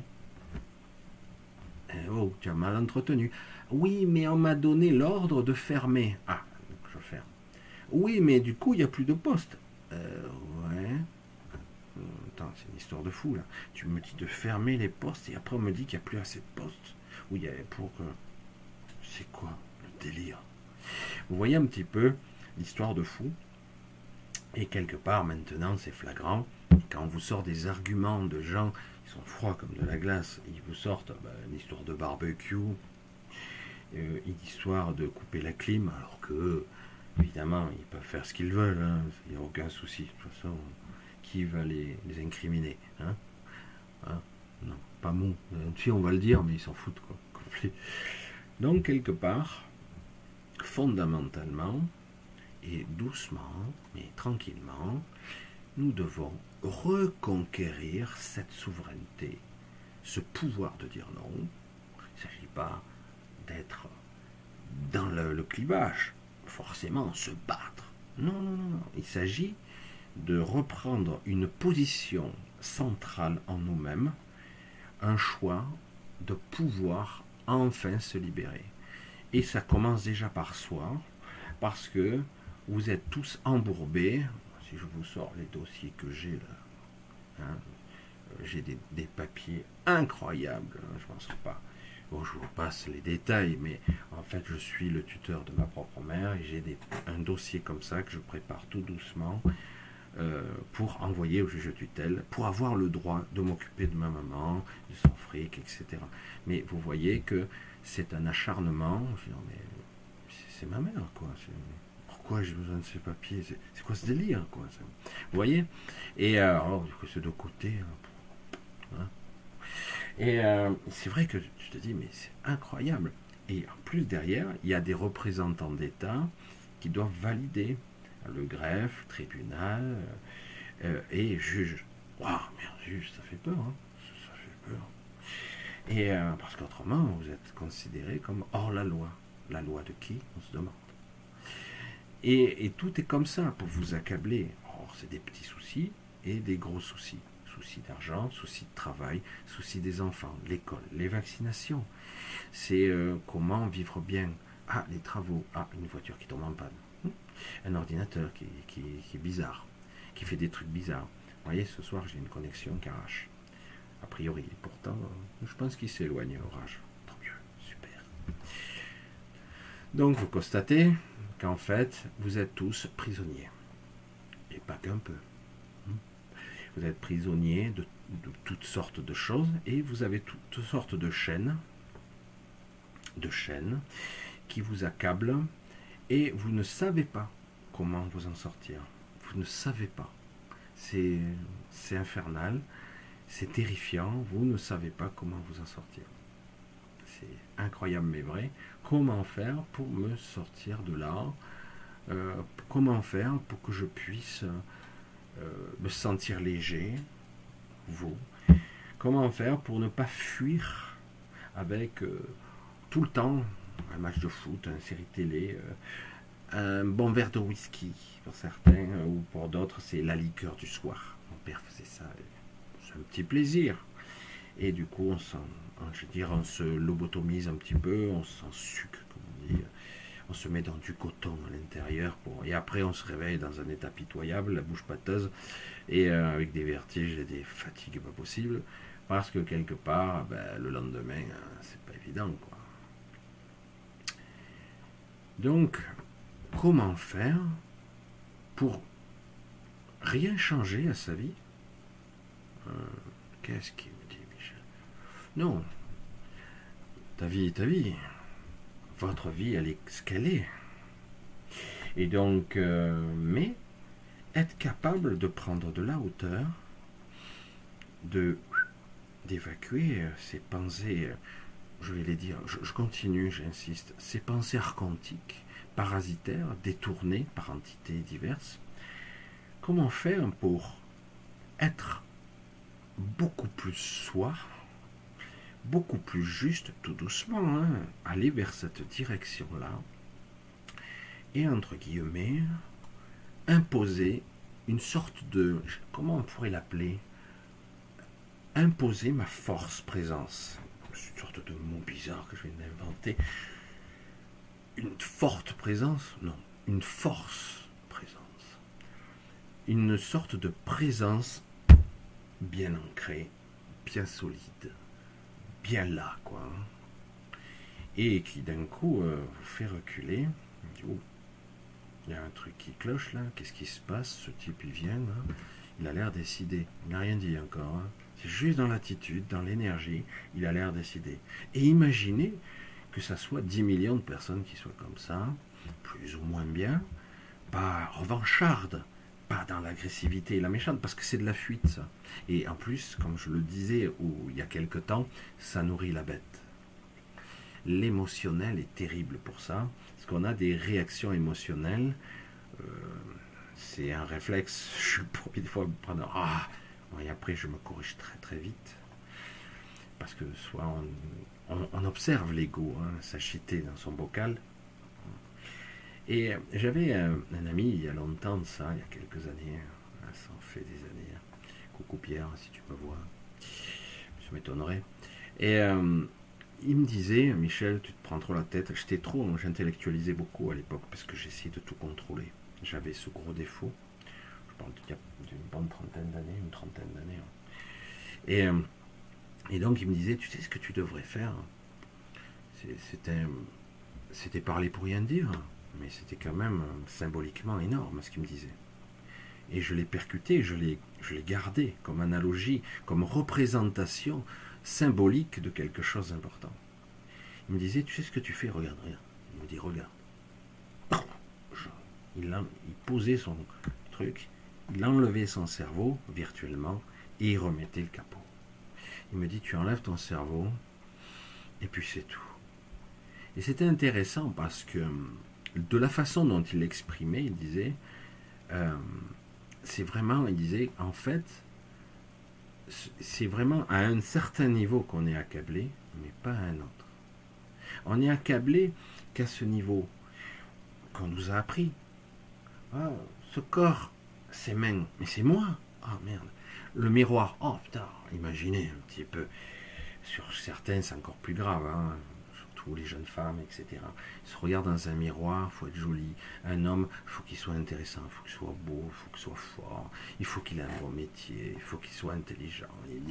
Eh oh, tu as mal entretenu. Oui, mais on m'a donné l'ordre de fermer. Ah, donc je ferme. Oui, mais du coup, il n'y a plus de poste. Euh, ouais. Attends, c'est une histoire de fou, là. Tu me dis de fermer les postes, et après, on me dit qu'il n'y a plus assez de postes. Oui, il y a pour... Euh, c'est quoi, le délire? Vous voyez un petit peu l'histoire de fou. Et quelque part, maintenant, c'est flagrant. Et quand on vous sort des arguments de gens qui sont froids comme de la glace, ils vous sortent bah, une histoire de barbecue, euh, une histoire de couper la clim, alors que... Évidemment, ils peuvent faire ce qu'ils veulent, hein. Il n'y a aucun souci. De toute façon, qui va les, les incriminer, hein, hein? Non, pas mou. Si on va le dire, mais ils s'en foutent, quoi. Donc, quelque part, fondamentalement, et doucement, mais tranquillement, nous devons reconquérir cette souveraineté, ce pouvoir de dire non. Il ne s'agit pas d'être dans le, le clivage, forcément se battre. Non, non, non, non. Il s'agit de reprendre une position centrale en nous-mêmes, un choix de pouvoir enfin se libérer. Et ça commence déjà par soi, parce que vous êtes tous embourbés. Si je vous sors les dossiers que j'ai là, hein, j'ai des, des papiers incroyables, hein, je ne m'en sors pas. Bon, je vous passe les détails, mais en fait, je suis le tuteur de ma propre mère et j'ai des, un dossier comme ça que je prépare tout doucement euh, pour envoyer au juge de tutelle, pour avoir le droit de m'occuper de ma maman, de son fric, et cetera. Mais vous voyez que c'est un acharnement. Je dis, non, mais c'est ma mère, quoi. Pourquoi j'ai besoin de ces papiers? C'est quoi ce délire, quoi? Vous voyez? Et alors, du coup, c'est de côté. Hein. Et euh, c'est vrai que je te dis, mais c'est incroyable. Et en plus, derrière, il y a des représentants d'État qui doivent valider le greffe, le tribunal euh, et juge. Waouh, merde, juge, ça fait peur. Hein, ça fait peur. Et euh, parce qu'autrement, vous êtes considéré comme hors la loi. La loi de qui? On se demande. Et, et tout est comme ça pour vous accabler. Or, c'est des petits soucis et des gros soucis. Soucis d'argent, soucis de travail, soucis des enfants, l'école, les vaccinations. C'est euh, comment vivre bien. Ah, les travaux. Ah, une voiture qui tombe en panne. Un ordinateur qui, qui, qui est bizarre, qui fait des trucs bizarres. Vous voyez, ce soir, j'ai une connexion qui arrache. A priori. Pourtant, je pense qu'il s'éloigne l'orage. Tant mieux. Super. Donc, vous constatez qu'en fait, vous êtes tous prisonniers. Et pas qu'un peu. Vous êtes prisonniers de, de toutes sortes de choses et vous avez toutes sortes de chaînes, de chaînes qui vous accablent Et vous ne savez pas comment vous en sortir. Vous ne savez pas. C'est, c'est infernal, c'est terrifiant, vous ne savez pas comment vous en sortir. C'est incroyable mais vrai. Comment faire pour me sortir de là? euh, Comment faire pour que je puisse euh, me sentir léger, vous? Comment faire pour ne pas fuir avec euh, tout le temps un match de foot, une série télé, euh, un bon verre de whisky pour certains, euh, ou pour d'autres c'est la liqueur du soir. Mon père faisait ça, c'est un petit plaisir. Et du coup, on, je veux dire, on se lobotomise un petit peu, on s'en sucre, comme on dit. On se met dans du coton à l'intérieur. Pour... Et après, on se réveille dans un état pitoyable, la bouche pâteuse, et euh, avec des vertiges et des fatigues pas possibles. Parce que quelque part, ben, le lendemain, hein, c'est pas évident, quoi. Donc, comment faire pour rien changer à sa vie? euh, Qu'est-ce qui me dit, Michel? Non, ta vie est ta vie. Votre vie, elle est ce qu'elle est. Et donc, euh, mais être capable de prendre de la hauteur, de d'évacuer ces pensées, je vais les dire, je, je continue, j'insiste, ces pensées archontiques, parasitaires, détournées par entités diverses. Comment faire pour être beaucoup plus soi, beaucoup plus juste, tout doucement, hein, aller vers cette direction-là, et entre guillemets, imposer une sorte de, comment on pourrait l'appeler, imposer ma force présence, une sorte de mot bizarre que je viens d'inventer, une forte présence, non, une force présence, une sorte de présence bien ancrée, bien solide, bien là, quoi, et qui d'un coup euh, vous fait reculer. Oh, il y a un truc qui cloche là, qu'est-ce qui se passe? Ce type il vient là, il a l'air décidé, il n'a rien dit encore, hein. C'est juste dans l'attitude, dans l'énergie, il a l'air décidé. Et imaginez que ça soit dix millions de personnes qui soient comme ça, plus ou moins bien, pas revanchardes, pas dans l'agressivité et la méchante, parce que c'est de la fuite ça. Et en plus, comme je le disais ou, il y a quelque temps, ça nourrit la bête. L'émotionnel est terrible pour ça, parce qu'on a des réactions émotionnelles, euh, c'est un réflexe, je suis pour une fois me prendre, ah, et après je me corrige très très vite, parce que soit on, on, on observe l'ego, hein, s'agiter dans son bocal. Et j'avais un, un ami il y a longtemps de ça, il y a quelques années, ça en fait des années, coucou Pierre si tu me vois, je m'étonnerais, et euh, il me disait, Michel, tu te prends trop la tête. J'étais trop, j'intellectualisais beaucoup à l'époque parce que j'essayais de tout contrôler. J'avais ce gros défaut. Je parle d'il y a d'une bonne trentaine d'années, une trentaine d'années. Et, et donc il me disait, tu sais ce que tu devrais faire? C'était, c'était parler pour rien dire, mais c'était quand même symboliquement énorme ce qu'il me disait. Et je l'ai percuté, je l'ai, je l'ai gardé comme analogie, comme représentation symbolique de quelque chose d'important. Il me disait, tu sais ce que tu fais? Regarde, regarde. Il me dit, regarde. Je, il, a, il posait son truc, il enlevait son cerveau virtuellement et il remettait le capot. Il me dit, tu enlèves ton cerveau et puis c'est tout. Et c'était intéressant parce que de la façon dont il l'exprimait, il disait, euh, c'est vraiment, il disait, en fait, c'est vraiment à un certain niveau qu'on est accablé, mais pas à un autre. On est accablé qu'à ce niveau qu'on nous a appris. Ah, ce corps, ses mains, mais c'est moi. Ah oh, merde. Le miroir, oh putain, imaginez un petit peu. Sur certains, c'est encore plus grave, hein. Surtout les jeunes femmes, et cetera. Ils se regardent dans un miroir, il faut être joli. Un homme, il faut qu'il soit intéressant, il faut qu'il soit beau, il faut qu'il soit fort, il faut qu'il ait un bon métier, il faut qu'il soit intelligent,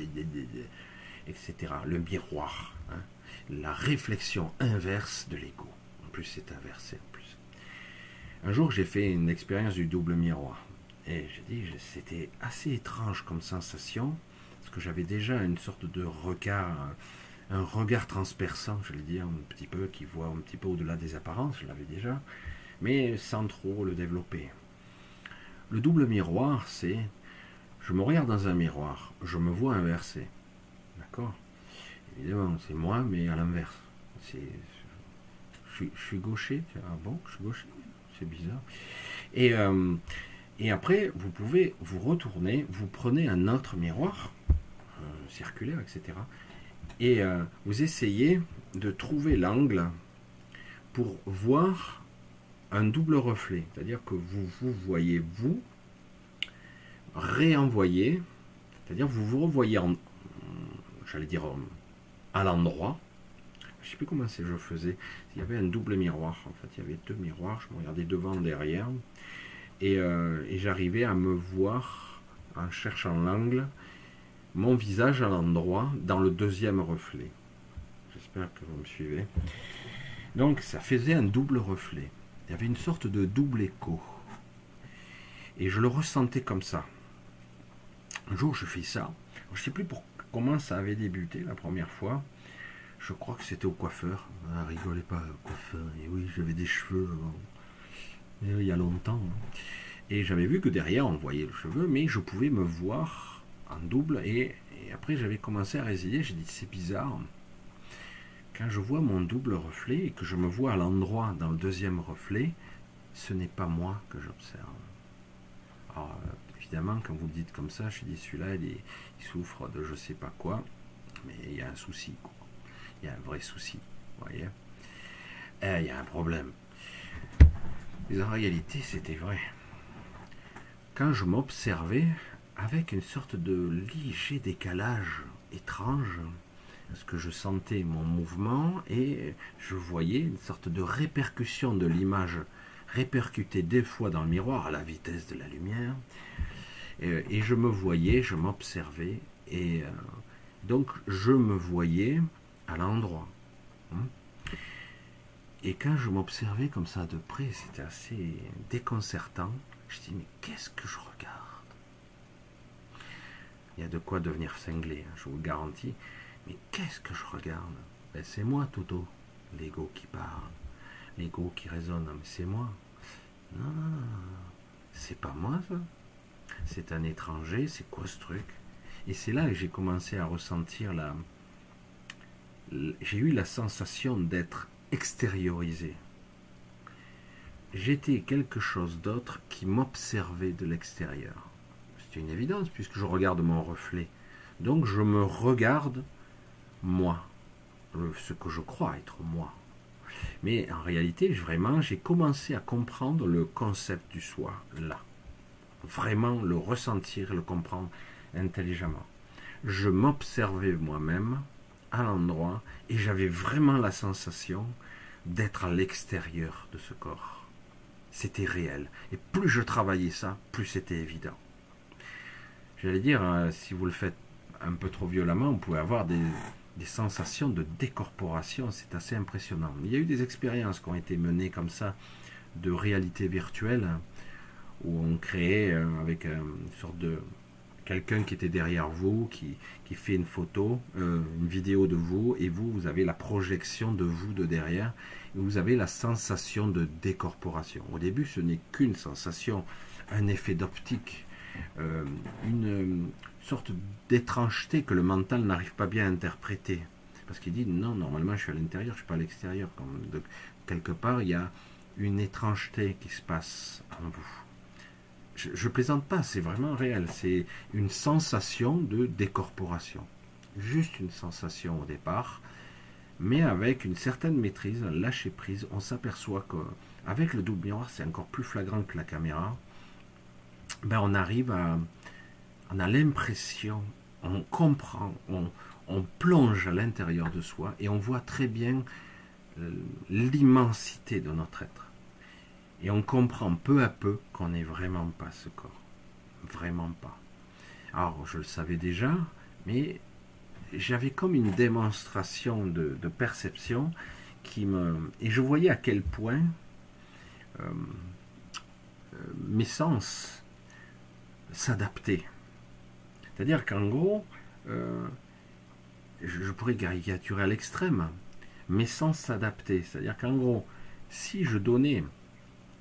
et cetera. Le miroir, hein. La réflexion inverse de l'ego. En plus, c'est inversé en plus. Un jour, j'ai fait une expérience du double miroir. Et j'ai dit, c'était assez étrange comme sensation, parce que j'avais déjà une sorte de regard, un regard transperçant, je vais dire, un petit peu, qui voit un petit peu au-delà des apparences, je l'avais déjà. mais sans trop le développer. Le double miroir, c'est, je me regarde dans un miroir, je me vois inversé. D'accord? Évidemment, c'est moi, mais à l'inverse. C'est, je, je suis gaucher. Ah bon, je suis gaucher? C'est bizarre. Et, euh, et après, vous pouvez vous retourner, vous prenez un autre miroir, euh, circulaire, et cetera. Et euh, vous essayez de trouver l'angle pour voir un double reflet. C'est-à-dire que vous vous voyez vous réenvoyer, c'est-à-dire vous vous revoyez en, j'allais dire à l'endroit. Je ne sais plus comment c'est je faisais. Il y avait un double miroir. En fait, il y avait deux miroirs. Je me regardais devant, derrière. Et, euh, et j'arrivais à me voir, en cherchant l'angle, mon visage à l'endroit, dans le deuxième reflet. J'espère que vous me suivez. Donc, ça faisait un double reflet. Il y avait une sorte de double écho. Et je le ressentais comme ça. Un jour, je fais ça. Je ne sais plus pour, comment ça avait débuté la première fois. Je crois que c'était au coiffeur. Ah, rigolez pas, coiffeur. Et oui, j'avais des cheveux avant. Et il y a longtemps. Et j'avais vu que derrière, on voyait le cheveu, mais je pouvais me voir en double. Et, et après, j'avais commencé à résilier. J'ai dit, c'est bizarre. Quand je vois mon double reflet et que je me vois à l'endroit dans le deuxième reflet, ce n'est pas moi que j'observe. Alors, évidemment, quand vous le dites comme ça, je dis, celui-là, il, il souffre de je sais pas quoi, mais il y a un souci, quoi. Il y a un vrai souci, vous voyez. Eh, il y a un problème. Mais en réalité, c'était vrai. Quand je m'observais avec une sorte de léger décalage étrange, parce que je sentais mon mouvement et je voyais une sorte de répercussion de l'image répercutée des fois dans le miroir à la vitesse de la lumière, et, et je me voyais, je m'observais, et euh, donc je me voyais à l'endroit. Et quand je m'observais comme ça de près, c'était assez déconcertant. Je dis, mais qu'est-ce que je regarde? Il y a de quoi devenir cinglé, hein, je vous le garantis. Mais qu'est-ce que je regarde? Ben, c'est moi, Toto, l'ego qui parle, l'ego qui résonne. Mais c'est moi. Non, non, non, c'est pas moi, ça. C'est un étranger, c'est quoi ce truc? Et c'est là que j'ai commencé à ressentir la... J'ai eu la sensation d'être extériorisé. J'étais quelque chose d'autre qui m'observait de l'extérieur. C'est une évidence puisque je regarde mon reflet. Donc je me regarde moi, ce que je crois être moi. Mais en réalité, vraiment, j'ai commencé à comprendre le concept du soi, là. Vraiment le ressentir, le comprendre intelligemment. Je m'observais moi-même à l'endroit et j'avais vraiment la sensation d'être à l'extérieur de ce corps. C'était réel. Et plus je travaillais ça, plus c'était évident. J'allais dire, hein, si vous le faites un peu trop violemment, vous pouvez avoir des, des sensations de décorporation. C'est assez impressionnant. Il y a eu des expériences qui ont été menées comme ça, de réalité virtuelle, où on créait euh, avec euh, une sorte de... quelqu'un qui était derrière vous, qui, qui fait une photo, euh, une vidéo de vous, et vous, vous avez la projection de vous de derrière, et vous avez la sensation de décorporation. Au début, ce n'est qu'une sensation, un effet d'optique, euh, une, une sorte d'étrangeté que le mental n'arrive pas bien à interpréter. Parce qu'il dit, non, normalement, je suis à l'intérieur, je ne suis pas à l'extérieur. Donc, quelque part, il y a une étrangeté qui se passe en vous. Je, je plaisante pas, c'est vraiment réel. C'est une sensation de décorporation. Juste une sensation au départ, mais avec une certaine maîtrise, un lâcher prise, on s'aperçoit qu'avec le double miroir, c'est encore plus flagrant que la caméra. Ben on arrive à, on a l'impression, on comprend, on, on plonge à l'intérieur de soi et on voit très bien l'immensité de notre être. Et on comprend peu à peu qu'on n'est vraiment pas ce corps. Vraiment pas. Alors, je le savais déjà, mais j'avais comme une démonstration de, de perception qui me... Et je voyais à quel point euh, euh, mes sens s'adaptaient. C'est-à-dire qu'en gros, euh, je, je pourrais caricaturer à l'extrême, mes sens s'adaptaient. C'est-à-dire qu'en gros, si je donnais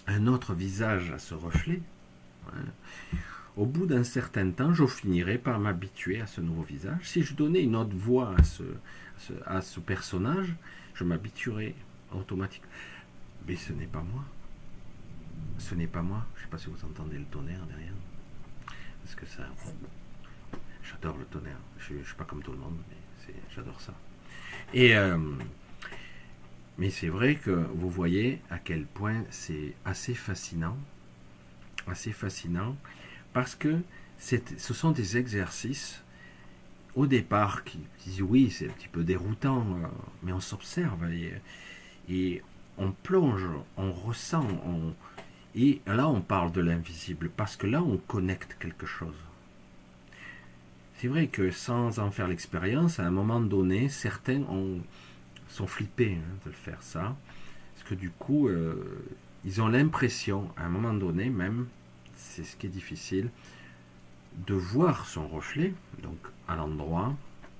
un autre visage à ce reflet, hein, au bout d'un certain temps, je finirai par m'habituer à ce nouveau visage. Si je donnais une autre voix à ce, à ce, à ce personnage, je m'habituerais automatiquement. Mais ce n'est pas moi. Ce n'est pas moi. Je ne sais pas si vous entendez le tonnerre derrière. Parce que ça... J'adore le tonnerre. Je ne suis pas comme tout le monde, mais j'adore ça. Et... Euh, mais c'est vrai que vous voyez à quel point c'est assez fascinant. Assez fascinant. Parce que ce sont des exercices, au départ, qui disent oui, c'est un petit peu déroutant, mais on s'observe et, et on plonge, on ressent, on, et là on parle de l'invisible, parce que là on connecte quelque chose. C'est vrai que sans en faire l'expérience, à un moment donné, certains ont, sont flippés hein, de faire ça, parce que du coup, euh, ils ont l'impression, à un moment donné même, c'est ce qui est difficile, de voir son reflet, donc à l'endroit,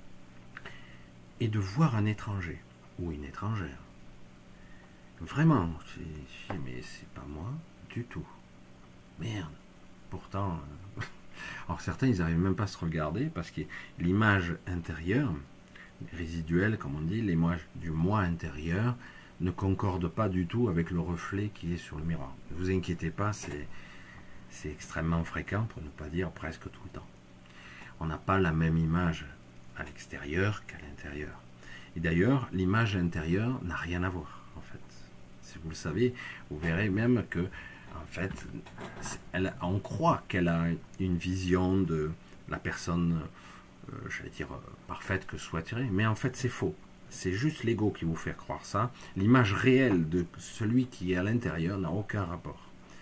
et de voir un étranger, ou une étrangère. Vraiment, mais c'est pas moi du tout. Merde. Pourtant, euh... alors certains, ils n'arrivent même pas à se regarder, parce que l'image intérieure, résiduelle, comme on dit, l'image du moi intérieur, ne concorde pas du tout avec le reflet qui est sur le miroir. Ne vous inquiétez pas, c'est... C'est extrêmement fréquent, pour ne pas dire presque tout le temps. On n'a pas la même image à l'extérieur qu'à l'intérieur. Et d'ailleurs, l'image intérieure n'a rien à voir, en fait. Si vous le savez, vous verrez même que, en fait, elle, on croit qu'elle a une vision de la personne, euh, j'allais dire, parfaite que souhaiterait, mais en fait, c'est faux. C'est juste l'ego qui vous fait croire ça. L'image réelle de celui qui est à l'intérieur n'a aucun rapport.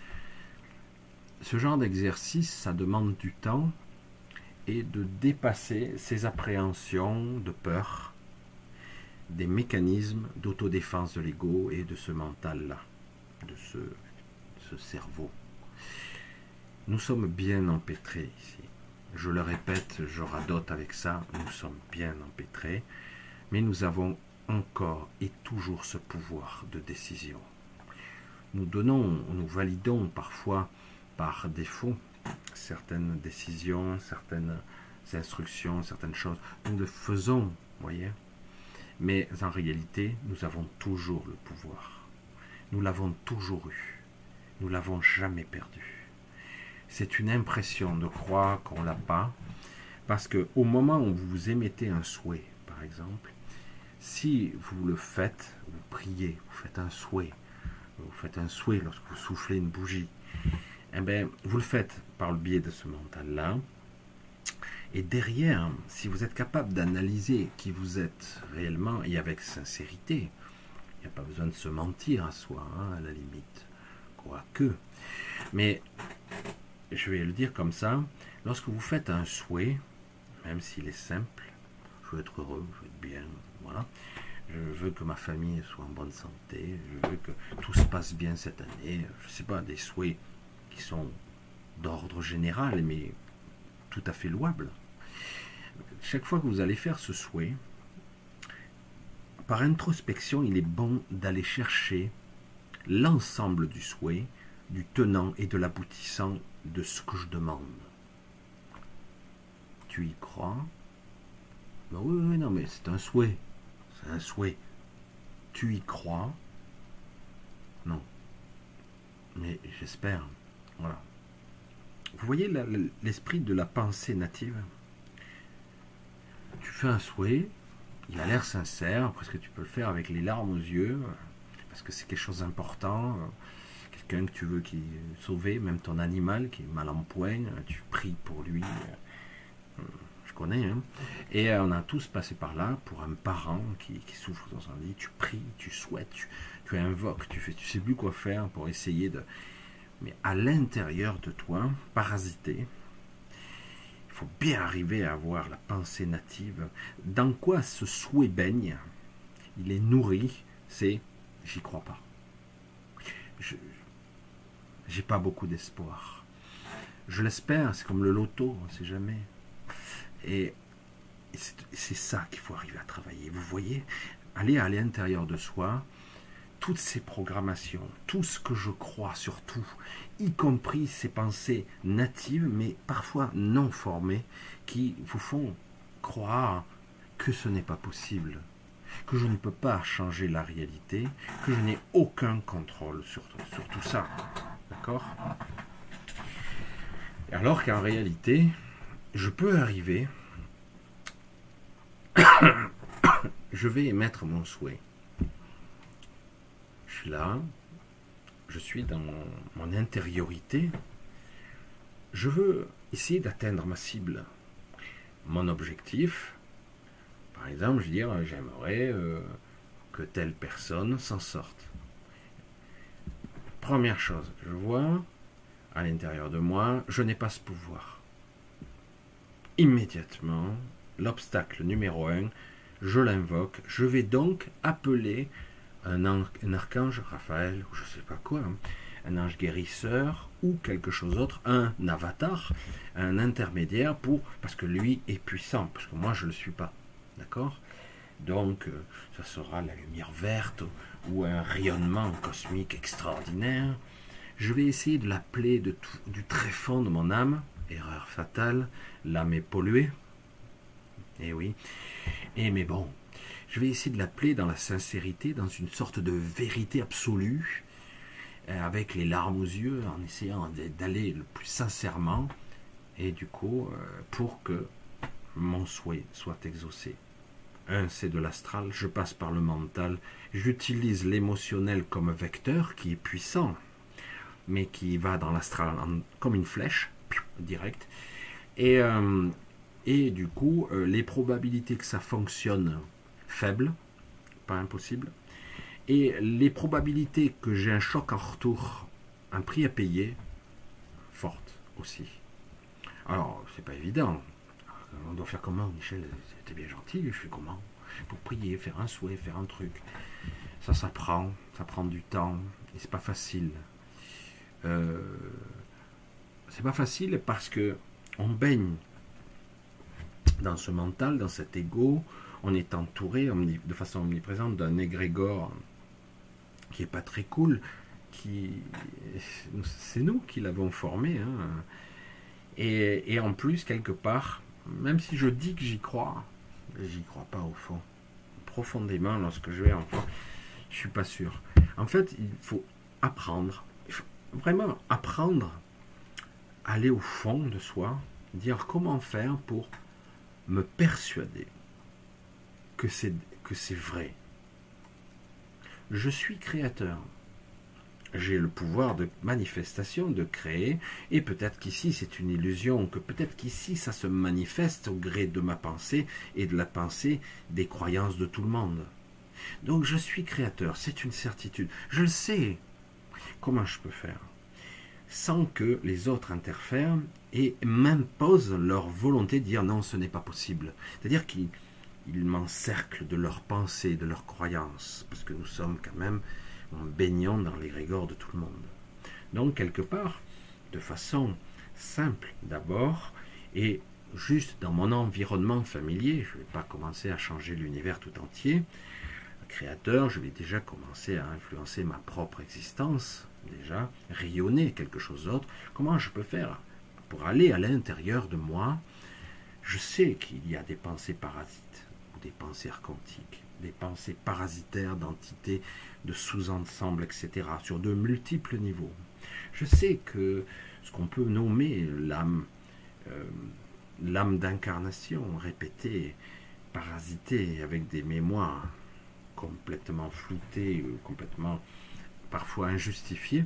Ce genre d'exercice, ça demande du temps et de dépasser ces appréhensions de peur, des mécanismes d'autodéfense de l'ego et de ce mental-là, de ce, ce cerveau. Nous sommes bien empêtrés ici. Je le répète, je radote avec ça, nous sommes bien empêtrés, mais nous avons encore et toujours ce pouvoir de décision. Nous donnons, nous validons parfois par défaut certaines décisions, certaines instructions, certaines choses. Nous le faisons, vous voyez. Mais en réalité, nous avons toujours le pouvoir. Nous l'avons toujours eu. Nous l'avons jamais perdu. C'est une impression de croire qu'on l'a pas, parce que au moment où vous émettez un souhait, par exemple, si vous le faites, vous priez, vous faites un souhait, vous faites un souhait lorsque vous soufflez une bougie, eh bien, vous le faites par le biais de ce mental-là. Et derrière, si vous êtes capable d'analyser qui vous êtes réellement et avec sincérité, il n'y a pas besoin de se mentir à soi, hein, à la limite, quoique. Mais je vais le dire comme ça, lorsque vous faites un souhait, même s'il est simple, je veux être heureux, je veux être bien, voilà. Je veux que ma famille soit en bonne santé, je veux que tout se passe bien cette année, je ne sais pas, des souhaits qui sont d'ordre général, mais tout à fait louables. Chaque fois que vous allez faire ce souhait, par introspection, il est bon d'aller chercher l'ensemble du souhait, du tenant et de l'aboutissant de ce que je demande. Tu y crois? Ben oui, oui, non, mais c'est un souhait. C'est un souhait. Tu y crois? Non. Mais j'espère. Voilà. Vous voyez l'esprit de la pensée native? Tu fais un souhait, il a l'air sincère, presque tu peux le faire avec les larmes aux yeux, parce que c'est quelque chose d'important, quelqu'un que tu veux qui sauver, même ton animal qui est mal en point, tu pries pour lui, je connais, hein. Et on a tous passé par là pour un parent qui, qui souffre dans sa vie, tu pries, tu souhaites, tu, tu invoques, tu fais, tu sais plus quoi faire pour essayer de... Mais à l'intérieur de toi, parasité, il faut bien arriver à avoir la pensée native. Dans quoi ce souhait baigne? Il est nourri, c'est j'y crois pas. Je j'ai pas beaucoup d'espoir. Je l'espère, c'est comme le loto, on ne sait jamais. Et, et c'est ça qu'il faut arriver à travailler. Vous voyez, aller à l'intérieur de soi, toutes ces programmations, tout ce que je crois sur tout, y compris ces pensées natives, mais parfois non formées, qui vous font croire que ce n'est pas possible, que je ne peux pas changer la réalité, que je n'ai aucun contrôle sur, sur tout ça. D'accord? Alors qu'en réalité, je peux arriver, je vais émettre mon souhait. Je suis là, je suis dans mon, mon intériorité, je veux essayer d'atteindre ma cible, mon objectif. Par exemple, je veux dire, j'aimerais euh, que telle personne s'en sorte. Première chose, je vois à l'intérieur de moi, je n'ai pas ce pouvoir. Immédiatement, l'obstacle numéro un, je l'invoque, je vais donc appeler un, an, un archange, Raphaël, ou je ne sais pas quoi, hein, un ange guérisseur, ou quelque chose d'autre, un avatar, un intermédiaire, pour, parce que lui est puissant, parce que moi je ne le suis pas. D'accord? Donc, euh, ça sera la lumière verte, ou un rayonnement cosmique extraordinaire. Je vais essayer de l'appeler de tout, du très fond de mon âme. Erreur fatale, l'âme est polluée. Eh oui. Et mais bon, je vais essayer de l'appeler dans la sincérité, dans une sorte de vérité absolue, avec les larmes aux yeux, en essayant d'aller le plus sincèrement, et du coup, pour que mon souhait soit exaucé. Un, c'est de l'astral, je passe par le mental, j'utilise l'émotionnel comme vecteur qui est puissant, mais qui va dans l'astral comme une flèche, direct. Et, euh, et du coup, euh, les probabilités que ça fonctionne, faibles, pas impossible. Et les probabilités que j'ai un choc en retour, un prix à payer, fortes aussi. Alors, c'est pas évident. On doit faire comment, Michel? C'était bien gentil, je fais comment? Pour prier, faire un souhait, faire un truc. Ça, ça prend, ça prend du temps, et c'est pas facile. Euh, c'est pas facile parce que on baigne dans ce mental, dans cet ego, on est entouré de façon omniprésente d'un égrégore qui est pas très cool, qui c'est nous qui l'avons formé, hein. et, et en plus quelque part, même si je dis que j'y crois, j'y crois pas au fond, profondément lorsque je vais en fond, je suis pas sûr. En fait, il faut apprendre, il faut vraiment apprendre à aller au fond de soi, dire comment faire pour me persuader que c'est que c'est vrai. Je suis créateur. J'ai le pouvoir de manifestation, de créer, et peut-être qu'ici c'est une illusion, que peut-être qu'ici ça se manifeste au gré de ma pensée et de la pensée des croyances de tout le monde. Donc je suis créateur, c'est une certitude. Je le sais. Comment je peux faire sans que les autres interfèrent et m'imposent leur volonté de dire non, ce n'est pas possible. C'est-à-dire qu'ils m'encerclent de leurs pensées, de leurs croyances, parce que nous sommes quand même en baignant dans l'égrégore de tout le monde. Donc, quelque part, de façon simple d'abord, et juste dans mon environnement familier, je ne vais pas commencer à changer l'univers tout entier, créateur, je vais déjà commencer à influencer ma propre existence, déjà, rayonner quelque chose d'autre. Comment je peux faire pour aller à l'intérieur de moi? Je sais qu'il y a des pensées parasites, ou des pensées quantiques, des pensées parasitaires d'entités, de sous-ensembles, et cetera, sur de multiples niveaux. Je sais que ce qu'on peut nommer l'âme, euh, l'âme d'incarnation, répétée, parasitée, avec des mémoires complètement floutées, complètement parfois injustifiées,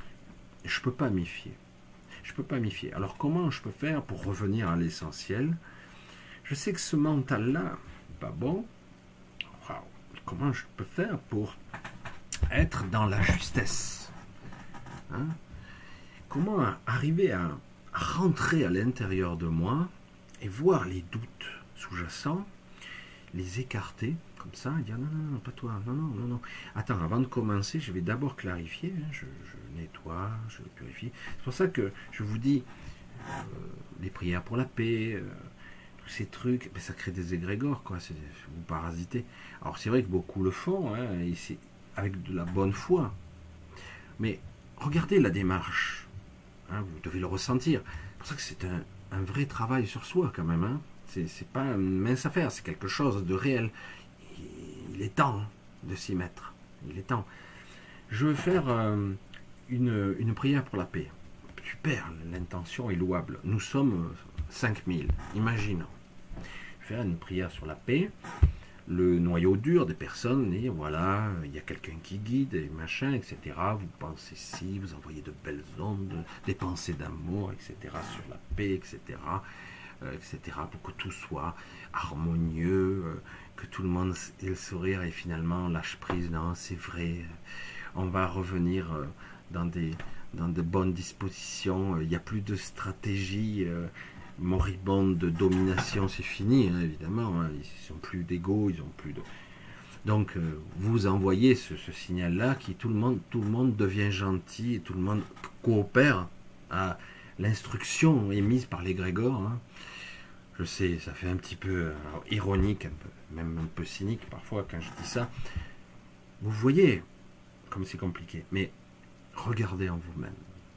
je ne peux pas m'y fier. Je ne peux pas m'y fier. Alors comment je peux faire pour revenir à l'essentiel? Je sais que ce mental-là n'est pas bon. Wow. Comment je peux faire pour être dans la justesse, hein? Comment arriver à rentrer à l'intérieur de moi et voir les doutes sous-jacents, les écarter comme ça, et dire non, non, non, pas toi, non, non, non, non. Attends, avant de commencer, je vais d'abord clarifier, hein, je, je nettoie, je purifie. C'est pour ça que je vous dis, euh, les prières pour la paix, euh, tous ces trucs, ben, ça crée des égrégores, quoi, c'est, vous parasitez. Alors c'est vrai que beaucoup le font, hein, et c'est, avec de la bonne foi. Mais regardez la démarche, hein, vous devez le ressentir. C'est pour ça que c'est un, un vrai travail sur soi quand même. Hein. C'est pas une mince affaire, c'est quelque chose de réel. Il est temps de s'y mettre. Il est temps. Je veux faire euh, une, une prière pour la paix. Super, l'intention est louable. Nous sommes cinq mille, imaginons. Faire une prière sur la paix, le noyau dur des personnes, et voilà, il y a quelqu'un qui guide, et machin, et cetera. Vous pensez ci, vous envoyez de belles ondes, des pensées d'amour, et cetera, sur la paix, et cetera, euh, et cetera, pour que tout soit harmonieux, euh, que tout le monde ait le sourire, et finalement lâche prise. Non, c'est vrai, on va revenir euh, dans des dans de bonnes dispositions, il n'y a plus de stratégie euh, moribonde de domination, c'est fini, hein, évidemment, hein, ils n'ont plus d'ego, ils n'ont plus de... Donc, euh, vous envoyez ce, ce signal-là, qui tout le monde, tout le monde devient gentil, et tout le monde coopère à l'instruction émise par l'égrégore. Hein. Je sais, ça fait un petit peu euh, ironique, un peu, même un peu cynique parfois quand je dis ça. Vous voyez comme c'est compliqué, mais regardez en vous-même,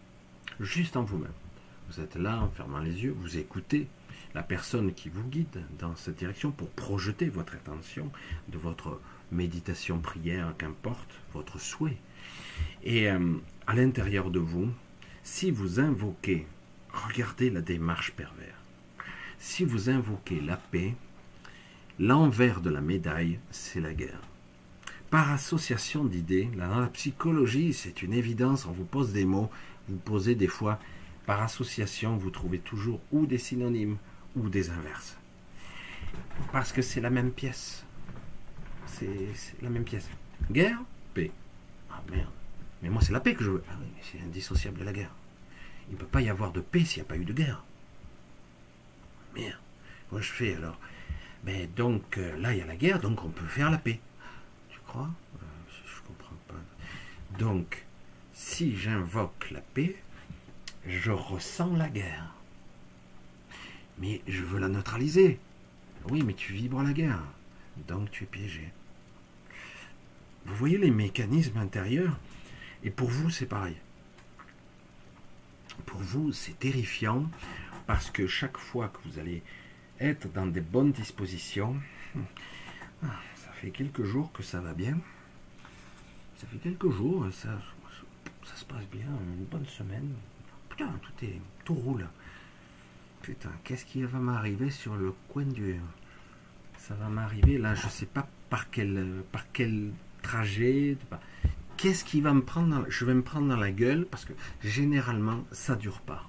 juste en vous-même. Vous êtes là en fermant les yeux, vous écoutez la personne qui vous guide dans cette direction pour projeter votre attention de votre méditation, prière, qu'importe, votre souhait. Et euh, à l'intérieur de vous, si vous invoquez, regardez la démarche pervers, si vous invoquez la paix, l'envers de la médaille, c'est la guerre. Par association d'idées, dans la psychologie, c'est une évidence, on vous pose des mots, vous posez des fois, par association, vous trouvez toujours ou des synonymes ou des inverses. Parce que c'est la même pièce. C'est la même pièce. Guerre, paix. Ah merde. Mais moi, c'est la paix que je veux. Ah oui, mais c'est indissociable de la guerre. Il ne peut pas y avoir de paix s'il n'y a pas eu de guerre. Merde. Moi, je fais alors. Mais donc, euh, là, il y a la guerre, donc on peut faire la paix. Euh, je comprends pas. Donc, si j'invoque la paix, je ressens la guerre. Mais je veux la neutraliser. Oui, mais tu vibres la guerre. Donc tu es piégé. Vous voyez les mécanismes intérieurs? Et pour vous, c'est pareil. Pour vous, c'est terrifiant parce que chaque fois que vous allez être dans des bonnes dispositions, ça fait quelques jours que ça va bien. Ça fait quelques jours, ça, ça se passe bien, une bonne semaine. Putain, tout est, tout roule. Putain, qu'est-ce qui va m'arriver sur le coin du... Ça va m'arriver, là, je sais pas par quel, par quel trajet. Qu'est-ce qui va me prendre dans... Je vais me prendre dans la gueule, parce que généralement, ça dure pas.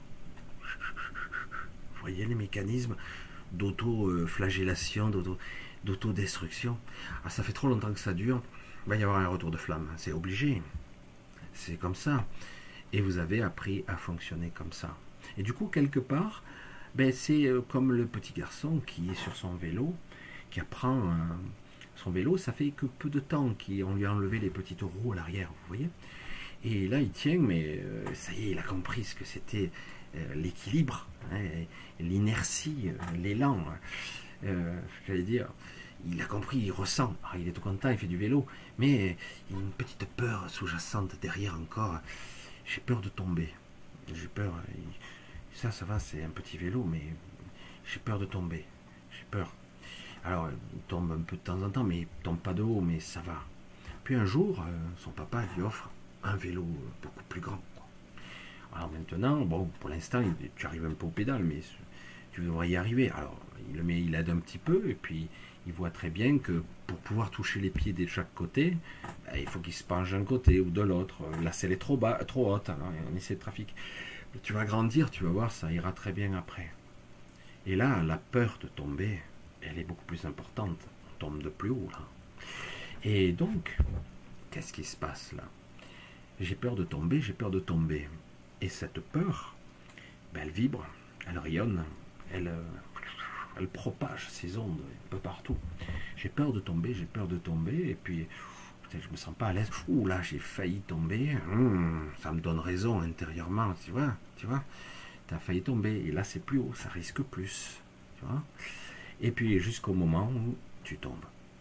Vous voyez les mécanismes d'auto-flagellation, d'auto-destruction. Ah, ça fait trop longtemps que ça dure. Il va y avoir un retour de flamme. C'est obligé. C'est comme ça. Et vous avez appris à fonctionner comme ça. Et du coup, quelque part, ben, c'est comme le petit garçon qui est sur son vélo, qui apprend euh, son vélo. Ça fait que peu de temps qu'on lui a enlevé les petites roues à l'arrière, vous voyez. Et là, il tient, mais euh, ça y est, il a compris ce que c'était euh, l'équilibre, hein, l'inertie, euh, l'élan. Euh, J'allais dire, il a compris, il ressent. Alors, il est tout content, il fait du vélo, mais il y a une petite peur sous-jacente derrière encore. J'ai peur de tomber. J'ai peur. Ça, ça va, c'est un petit vélo, mais j'ai peur de tomber. J'ai peur. Alors, il tombe un peu de temps en temps, mais il tombe pas de haut, mais ça va. Puis un jour, euh, son papa lui offre un vélo beaucoup plus grand. Alors maintenant, bon, pour l'instant, tu arrives un peu au pédale, mais tu devrais y arriver. Alors, il le met, il aide un petit peu, et puis il voit très bien que pour pouvoir toucher les pieds de chaque côté, ben, il faut qu'il se penche d'un côté ou de l'autre. La selle est trop bas, trop haute, alors on essaie de trafic. Mais tu vas grandir, tu vas voir, ça ira très bien après. Et là, la peur de tomber, elle est beaucoup plus importante. On tombe de plus haut, là. Et donc, qu'est-ce qui se passe là? J'ai peur de tomber, j'ai peur de tomber. Et cette peur, ben, elle vibre, elle rayonne, elle, elle propage ses ondes un peu partout. J'ai peur de tomber, j'ai peur de tomber, et puis je me sens pas à l'aise. Ouh là, j'ai failli tomber. Hum, ça me donne raison intérieurement, tu vois, tu vois. Tu as failli tomber, et là c'est plus haut, ça risque plus, tu vois. Et puis jusqu'au moment où tu tombes.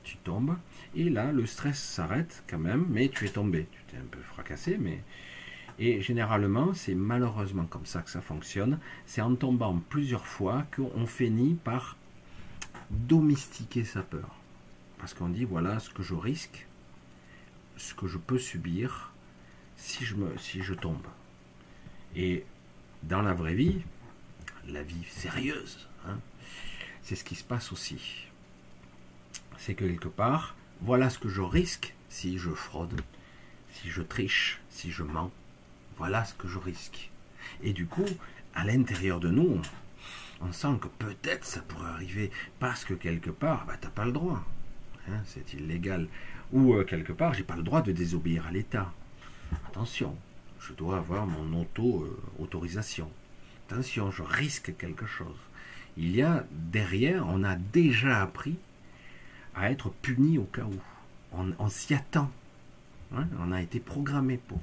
tu tombes, et là, le stress s'arrête quand même, mais tu es tombé. Tu t'es un peu fracassé, mais... Et généralement, c'est malheureusement comme ça que ça fonctionne. C'est en tombant plusieurs fois qu'on finit par domestiquer sa peur. Parce qu'on dit, voilà ce que je risque, ce que je peux subir si je, me, si je tombe. Et dans la vraie vie, la vie sérieuse, hein, c'est ce qui se passe aussi. C'est que quelque part, voilà ce que je risque si je fraude, si je triche, si je mens. Voilà ce que je risque. Et du coup, à l'intérieur de nous, on sent que peut-être ça pourrait arriver parce que quelque part, bah, tu n'as pas le droit. Hein, c'est illégal. Ou euh, quelque part, j'ai pas le droit de désobéir à l'État. Attention, je dois avoir mon auto-autorisation. Euh, Attention, je risque quelque chose. Il y a derrière, on a déjà appris à être puni au cas où. On, on s'y attend. Hein, on a été programmé pour.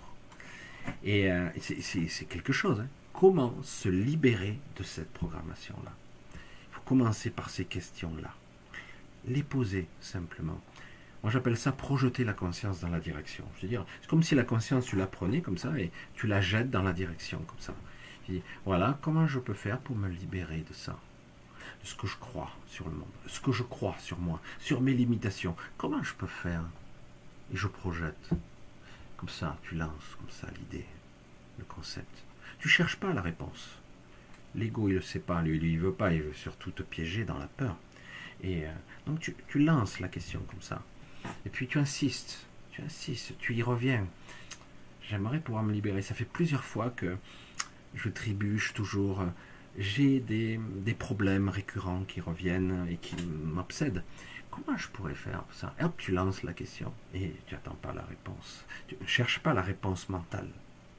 Et euh, c'est quelque chose. Hein. Comment se libérer de cette programmation-là? Il faut commencer par ces questions-là. Les poser simplement. Moi j'appelle ça projeter la conscience dans la direction. Je veux dire, c'est comme si la conscience, tu la prenais comme ça et tu la jettes dans la direction comme ça. Tu dis, voilà, comment je peux faire pour me libérer de ça? De ce que je crois sur le monde, de ce que je crois sur moi, sur mes limitations. Comment je peux faire? Et je projette. Comme ça, tu lances comme ça l'idée, le concept. Tu cherches pas la réponse. L'ego, il le sait pas, lui, lui, il veut pas, il veut surtout te piéger dans la peur. Et euh, donc tu, tu lances la question comme ça. Et puis tu insistes, tu insistes, tu y reviens. J'aimerais pouvoir me libérer. Ça fait plusieurs fois que je trébuche toujours. J'ai des, des problèmes récurrents qui reviennent et qui m'obsèdent. Comment je pourrais faire ça? Et hop, tu lances la question et tu n'attends pas la réponse. Tu ne cherches pas la réponse mentale.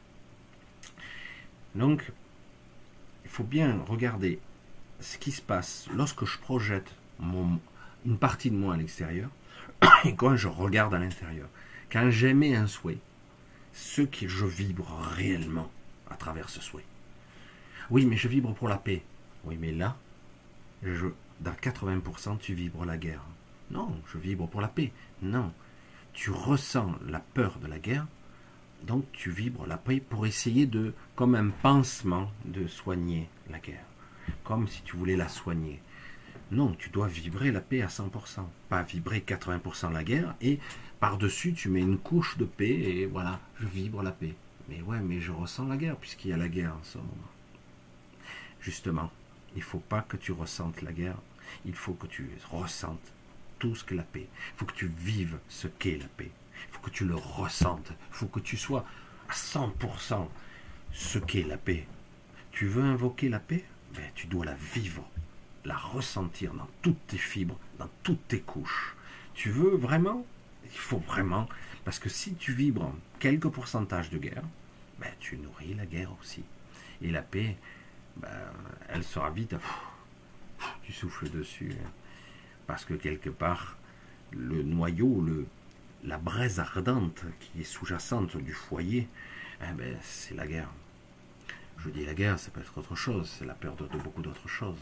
Donc, il faut bien regarder ce qui se passe lorsque je projette mon, une partie de moi à l'extérieur et quand je regarde à l'intérieur. Quand j'émets un souhait, ce que je vibre réellement à travers ce souhait. Oui, mais je vibre pour la paix. Oui, mais là, je, dans quatre-vingts pour cent, tu vibres la guerre. Non, je vibre pour la paix. Non, tu ressens la peur de la guerre, donc tu vibres la paix pour essayer de, comme un pansement, de soigner la guerre. Comme si tu voulais la soigner. Non, tu dois vibrer la paix à cent pour cent. Pas vibrer quatre-vingts pour cent la guerre et par-dessus tu mets une couche de paix et voilà, je vibre la paix. Mais ouais, mais je ressens la guerre puisqu'il y a la guerre en ce moment. Justement, il ne faut pas que tu ressentes la guerre, il faut que tu ressentes tout ce qu'est la paix. Il faut que tu vives ce qu'est la paix. Il faut que tu le ressentes. Il faut que tu sois à cent pour cent ce qu'est la paix. Tu veux invoquer la paix? Ben, tu dois la vivre, la ressentir dans toutes tes fibres, dans toutes tes couches. Tu veux vraiment? Il faut vraiment, parce que si tu vibres quelques pourcentages de guerre, ben, tu nourris la guerre aussi. Et la paix, ben, elle sera vite, pff, tu souffles dessus, hein, parce que quelque part, le noyau, le, la braise ardente qui est sous-jacente du foyer, eh ben, c'est la guerre. Je dis la guerre, ça peut être autre chose, c'est la peur de, de beaucoup d'autres choses.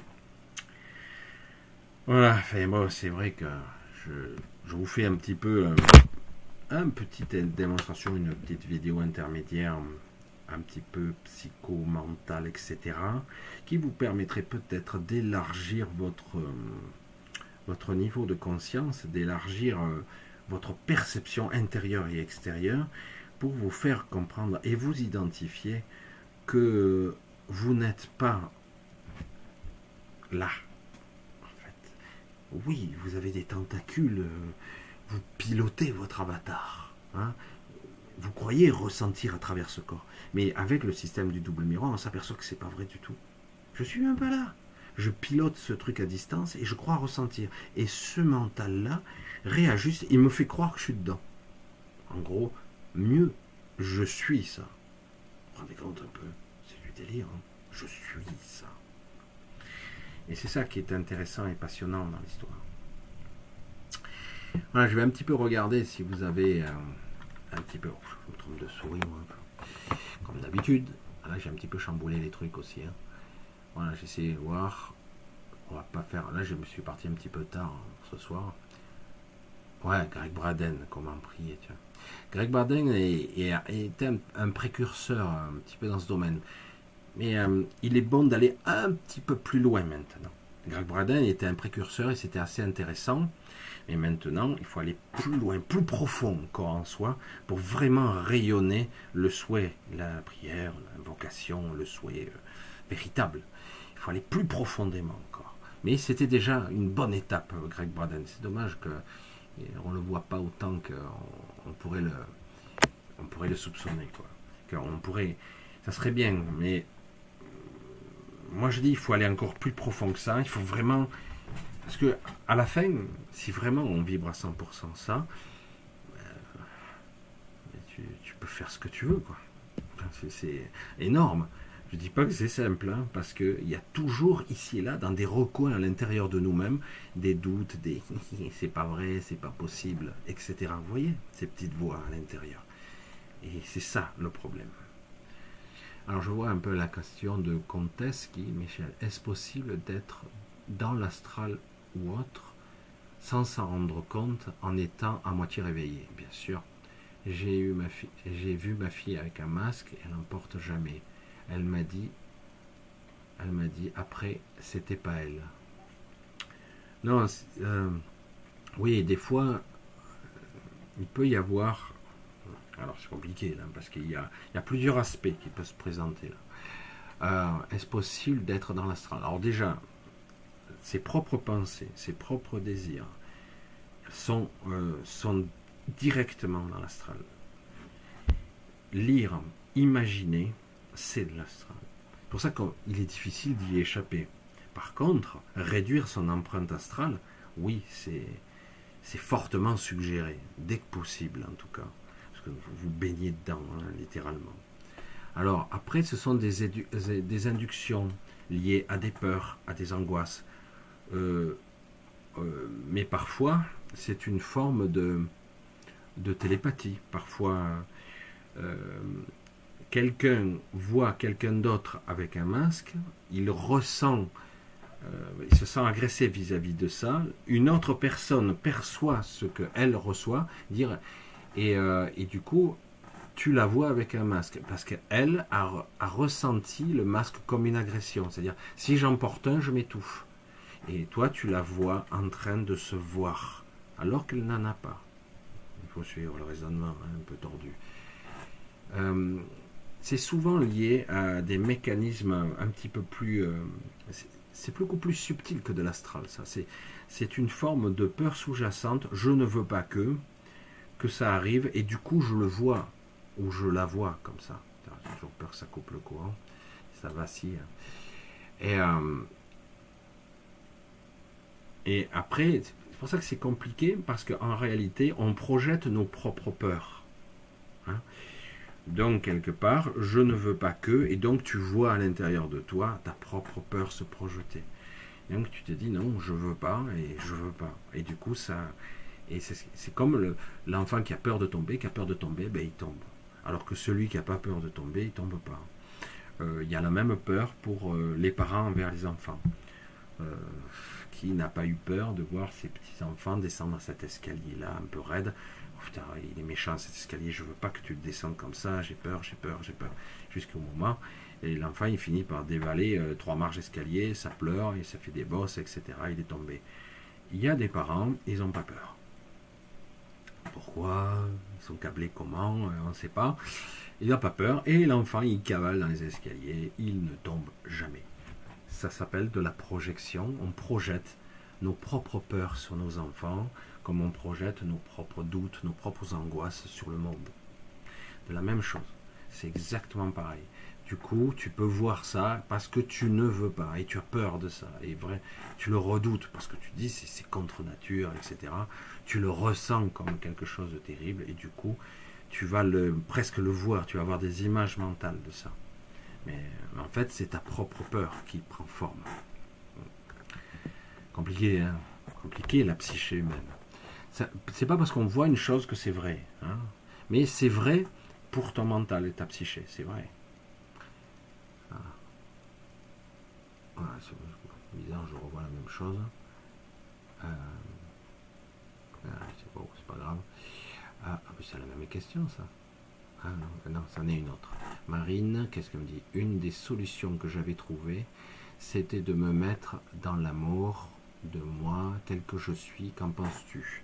Voilà, enfin, bon, c'est vrai que je, je vous fais un petit peu euh, une petite démonstration, une petite vidéo intermédiaire, un petit peu psycho-mental, et cetera, qui vous permettrait peut-être d'élargir votre, euh, votre niveau de conscience, d'élargir euh, votre perception intérieure et extérieure, pour vous faire comprendre et vous identifier que vous n'êtes pas là. En fait, oui, vous avez des tentacules, vous pilotez votre avatar. Hein, vous croyez ressentir à travers ce corps. Mais avec le système du double miroir, on s'aperçoit que c'est pas vrai du tout. Je suis même pas là. Je pilote ce truc à distance et je crois ressentir. Et ce mental-là réajuste, il me fait croire que je suis dedans. En gros, mieux, je suis ça. Vous vous rendez compte un peu? C'est du délire. Hein, je suis ça. Et c'est ça qui est intéressant et passionnant dans l'histoire. Voilà, je vais un petit peu regarder si vous avez euh, un petit peu... Oh, je me trompe de souris, moi, un peu. Comme d'habitude. Là, j'ai un petit peu chamboulé les trucs aussi. Hein. Voilà, j'essaie de voir. On va pas faire... Là, je me suis parti un petit peu tard hein, ce soir. Ouais, Greg Braden, comment prier, tiens. Greg Braden est, est, est un, un précurseur un petit peu dans ce domaine. Mais euh, il est bon d'aller un petit peu plus loin maintenant. Greg Braden était un précurseur et c'était assez intéressant. Mais maintenant, il faut aller plus loin, plus profond encore en soi, pour vraiment rayonner le souhait, la prière, l'invocation, le souhait euh, véritable. Il faut aller plus profondément encore. Mais c'était déjà une bonne étape, Greg Braden. C'est dommage qu'on ne le voit pas autant qu'on pourrait le, on pourrait le soupçonner, quoi. Qu'on pourrait, ça serait bien, mais moi je dis, il faut aller encore plus profond que ça. Il faut vraiment, parce que à la fin, si vraiment on vibre à cent pour cent ça, euh, tu, tu peux faire ce que tu veux, quoi. C'est, c'est énorme. Je dis pas que c'est simple, hein, parce qu'il y a toujours ici et là, dans des recoins à l'intérieur de nous-mêmes, des doutes, des c'est pas vrai, c'est pas possible, et cetera. Vous voyez ces petites voix à l'intérieur. Et c'est ça le problème. Alors je vois un peu la question de Comtesse qui, Michel, est-ce possible d'être dans l'astral ou autre sans s'en rendre compte en étant à moitié réveillé? Bien sûr. J'ai eu ma fille, j'ai vu ma fille avec un masque, elle n'en porte jamais. Elle m'a dit, elle m'a dit après, c'était pas elle. Non, euh, oui, des fois, il peut y avoir. Alors c'est compliqué là, parce qu'il y a, il y a plusieurs aspects qui peuvent se présenter là. Euh, est-ce possible d'être dans l'astral? Alors déjà, ses propres pensées, ses propres désirs sont, euh, sont directement dans l'astral. Lire, imaginer, c'est de l'astral. C'est pour ça qu'il est difficile d'y échapper. Par contre, réduire son empreinte astrale, oui, c'est, c'est fortement suggéré, dès que possible en tout cas. Vous vous baignez dedans, hein, littéralement. Alors, après, ce sont des, édu- des inductions liées à des peurs, à des angoisses. Euh, euh, mais parfois, c'est une forme de, de télépathie. Parfois, euh, quelqu'un voit quelqu'un d'autre avec un masque, il ressent, euh, il se sent agressé vis-à-vis de ça. Une autre personne perçoit ce qu'elle reçoit, dire... Et, euh, et du coup, tu la vois avec un masque, parce qu'elle a, a ressenti le masque comme une agression. C'est-à-dire, si j'en porte un, je m'étouffe. Et toi, tu la vois en train de se voir, alors qu'elle n'en a pas. Il faut suivre le raisonnement, hein, un peu tordu. Euh, c'est souvent lié à des mécanismes un petit peu plus... Euh, c'est, c'est beaucoup plus subtil que de l'astral, ça. C'est, c'est une forme de peur sous-jacente. Je ne veux pas que... que ça arrive, et du coup je le vois, ou je la vois comme ça. J'ai toujours peur que ça coupe le courant, ça vacille. Et, euh, et après, c'est pour ça que c'est compliqué, parce qu'en réalité, on projette nos propres peurs. Hein. Donc, quelque part, je ne veux pas que, et donc tu vois à l'intérieur de toi ta propre peur se projeter. Et donc tu te dis non, je veux pas, et je veux pas. Et du coup, ça... Et c'est, c'est comme le, l'enfant qui a peur de tomber, qui a peur de tomber, ben il tombe. Alors que celui qui n'a pas peur de tomber, il ne tombe pas. Euh, il y a la même peur pour euh, les parents envers les enfants. Euh, qui n'a pas eu peur de voir ses petits-enfants descendre cet escalier-là, un peu raide. Oh, putain, il est méchant cet escalier, je ne veux pas que tu le descendes comme ça, j'ai peur, j'ai peur, j'ai peur. Jusqu'au moment, et l'enfant il finit par dévaler euh, trois marches d'escalier, ça pleure, et ça fait des bosses, et cetera. Il est tombé. Il y a des parents, ils n'ont pas peur. Pourquoi? Ils sont câblés comment? On ne sait pas. Il n'a pas peur. Et l'enfant, il cavale dans les escaliers. Il ne tombe jamais. Ça s'appelle de la projection. On projette nos propres peurs sur nos enfants, comme on projette nos propres doutes, nos propres angoisses sur le monde. De la même chose. C'est exactement pareil. Du coup, tu peux voir ça parce que tu ne veux pas et tu as peur de ça. Et vrai, tu le redoutes parce que tu te dis c'est, c'est contre nature, et cetera. Tu le ressens comme quelque chose de terrible et du coup, tu vas le, presque le voir. Tu vas avoir des images mentales de ça. Mais en fait, c'est ta propre peur qui prend forme. Compliqué, hein? Compliqué la psyché humaine. Ça, c'est pas parce qu'on voit une chose que c'est vrai, hein? Mais c'est vrai pour ton mental et ta psyché, c'est vrai. Ah. Voilà, c'est bizarre, je revois la même chose. Euh, Ah, c'est bon, c'est pas grave. Ah, ah c'est la même question, ça. Ah non, non, c'en est une autre. Marine, qu'est-ce qu'elle me dit? Une des solutions que j'avais trouvées, c'était de me mettre dans l'amour de moi tel que je suis. Qu'en penses-tu?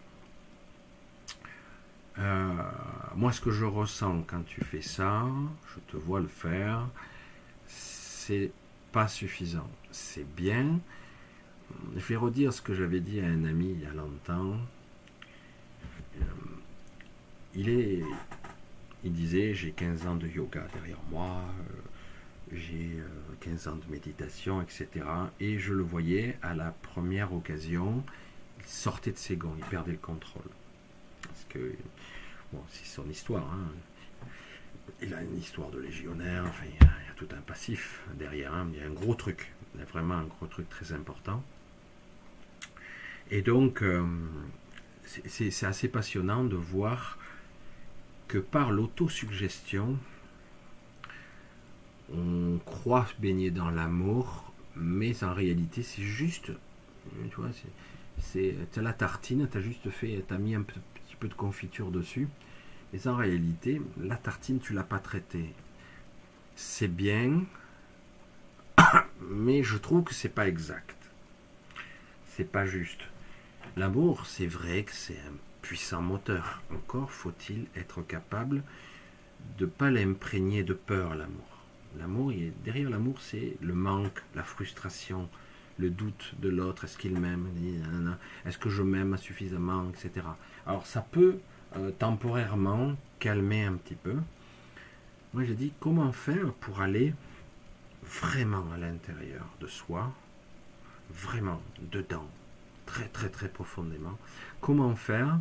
euh, Moi, ce que je ressens quand tu fais ça, je te vois le faire, c'est pas suffisant. C'est bien. Je vais redire ce que j'avais dit à un ami il y a longtemps. Euh, il est, il disait, j'ai quinze ans de yoga derrière moi, euh, j'ai euh, quinze ans de méditation, et cetera. Et je le voyais à la première occasion, il sortait de ses gonds, il perdait le contrôle. Parce que, bon, c'est son histoire. Hein. Il a une histoire de légionnaire, enfin, il y a, il y a tout un passif derrière. Hein. Il y a un gros truc, il y a vraiment un gros truc très important. Et donc, euh, c'est assez passionnant de voir que par l'autosuggestion, on croit baigner dans l'amour, mais en réalité, c'est juste, tu vois, c'est, t'as la tartine, t'as juste fait, t'as mis un petit peu de confiture dessus, mais en réalité, la tartine, tu l'as pas traitée. C'est bien, mais je trouve que c'est pas exact. C'est pas juste. L'amour, c'est vrai que c'est un puissant moteur. Encore faut-il être capable de ne pas l'imprégner de peur, l'amour. L'amour, derrière l'amour, c'est le manque, la frustration, le doute de l'autre. Est-ce qu'il m'aime? Est-ce que je m'aime suffisamment, et cetera. Alors ça peut euh, temporairement calmer un petit peu. Moi j'ai dit, comment faire pour aller vraiment à l'intérieur de soi, vraiment dedans, très très très profondément. Comment faire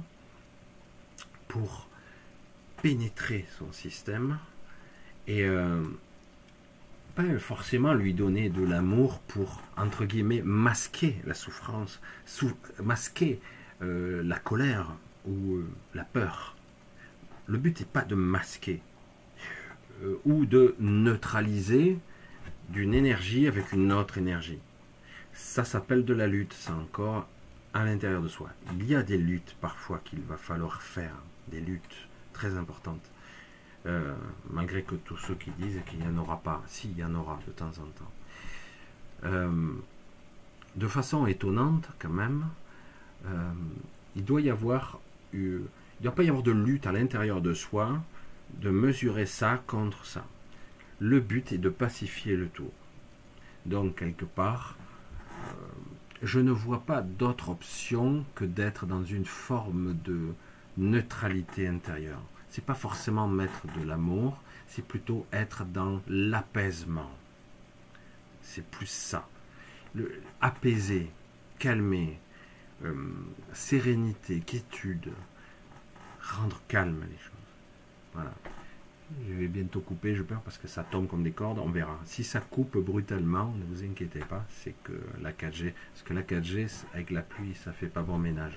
pour pénétrer son système et euh, pas forcément lui donner de l'amour pour, entre guillemets, masquer la souffrance, sou masquer euh, la colère ou euh, la peur. Le but n'est pas de masquer euh, ou de neutraliser d'une énergie avec une autre énergie. Ça s'appelle de la lutte, c'est encore à l'intérieur de soi. Il y a des luttes parfois qu'il va falloir faire, des luttes très importantes. Euh, malgré que tous ceux qui disent qu'il n'y en aura pas, si, il y en aura de temps en temps. Euh, de façon étonnante quand même, euh, il doit y avoir, euh, il ne doit pas y avoir de lutte à l'intérieur de soi, de mesurer ça contre ça. Le but est de pacifier le tout. Donc quelque part, euh, je ne vois pas d'autre option que d'être dans une forme de neutralité intérieure. C'est pas forcément mettre de l'amour, c'est plutôt être dans l'apaisement. C'est plus ça. Le, apaiser, calmer, euh, sérénité, quiétude, rendre calme les choses. Voilà. Je vais bientôt couper, je peur, parce que ça tombe comme des cordes, on verra. Si ça coupe brutalement, ne vous inquiétez pas, c'est que la quatre G, parce que la quatre G, avec la pluie, ça fait pas bon ménage.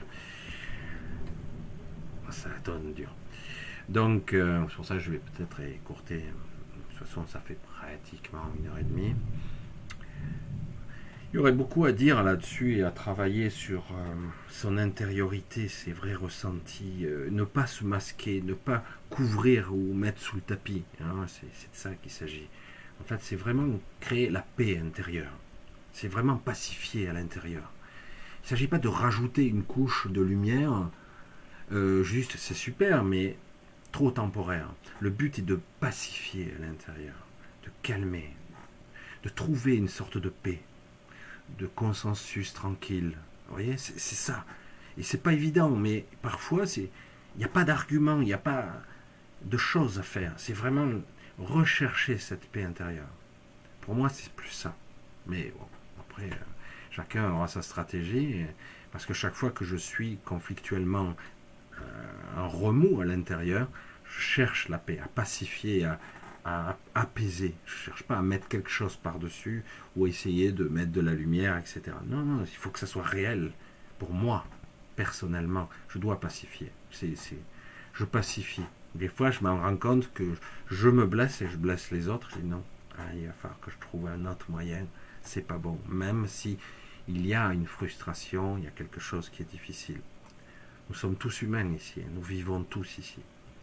Ça donne dur. Donc, euh, c'est pour ça que je vais peut-être écourter. De toute façon, ça fait pratiquement une heure et demie. Il y aurait beaucoup à dire là-dessus et à travailler sur euh, son intériorité, ses vrais ressentis. Euh, ne pas se masquer, ne pas couvrir ou mettre sous le tapis. Hein, c'est de ça qu'il s'agit. En fait, c'est vraiment créer la paix intérieure. C'est vraiment pacifier à l'intérieur. Il ne s'agit pas de rajouter une couche de lumière. Euh, juste, c'est super, mais trop temporaire. Le but est de pacifier à l'intérieur, de calmer, de trouver une sorte de paix, de consensus tranquille. Vous voyez, c'est ça. Et c'est pas évident, mais parfois, il n'y a pas d'argument, il n'y a pas de choses à faire. C'est vraiment rechercher cette paix intérieure. Pour moi, c'est plus ça. Mais bon, après, euh, chacun aura sa stratégie, parce que chaque fois que je suis conflictuellement un remous à l'intérieur, je cherche la paix, à pacifier, à, à apaiser. Je ne cherche pas à mettre quelque chose par-dessus ou essayer de mettre de la lumière, et cetera. Non, non, il faut que ça soit réel. Pour moi, personnellement, je dois pacifier. C'est, c'est, je pacifie. Des fois, je m'en rends compte que je me blesse et je blesse les autres. Je dis non, ah, il va falloir que je trouve un autre moyen. C'est pas bon. Même si il y a une frustration, il y a quelque chose qui est difficile. Nous sommes tous humains ici, nous vivons tous ici.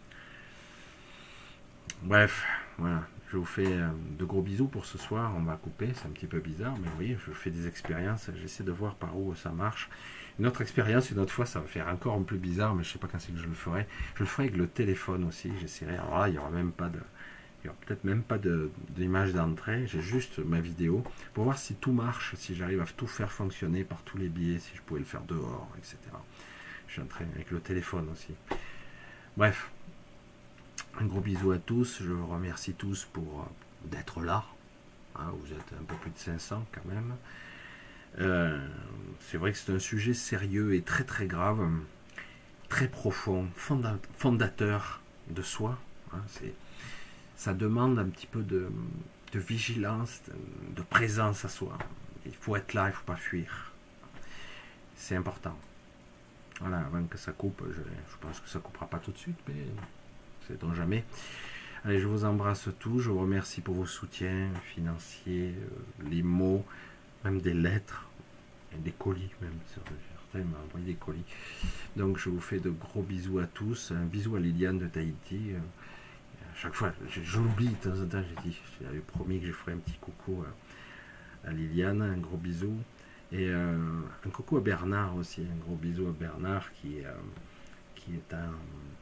Bref, voilà, je vous fais de gros bisous pour ce soir, on va couper, c'est un petit peu bizarre, mais vous voyez, je fais des expériences, j'essaie de voir par où ça marche. Une autre expérience, une autre fois, ça va faire encore un peu bizarre, mais je ne sais pas quand c'est que je le ferai. Je le ferai avec le téléphone aussi, j'essaierai. Alors là, il n'y aura même pas de... Il n'y aura peut-être même pas d'image d'entrée, j'ai juste ma vidéo, pour voir si tout marche, si j'arrive à tout faire fonctionner par tous les biais, si je pouvais le faire dehors, et cetera. Je suis en train avec le téléphone aussi. Bref, un gros bisou à tous, je vous remercie tous pour d'être là. Hein, vous êtes un peu plus de cinq cents quand même. Euh, c'est vrai que c'est un sujet sérieux et très très grave, très profond, fonda fondateur de soi. Hein, c'est... Ça demande un petit peu de, de vigilance, de, de présence à soi. Il faut être là, il ne faut pas fuir. C'est important. Voilà, avant que ça coupe, je, je pense que ça ne coupera pas tout de suite, mais c'est donc jamais. Allez, je vous embrasse tous, je vous remercie pour vos soutiens financiers, euh, les mots, même des lettres, et des colis même, certains m'ont envoyé des colis. Donc je vous fais de gros bisous à tous, un bisou à Liliane de Tahiti. À chaque fois, j'oublie de temps en temps, j'ai dit, j'avais promis que je ferais un petit coucou à, à Liliane, un gros bisou. Et euh, un coucou à Bernard aussi, un gros bisou à Bernard qui, euh, qui est un,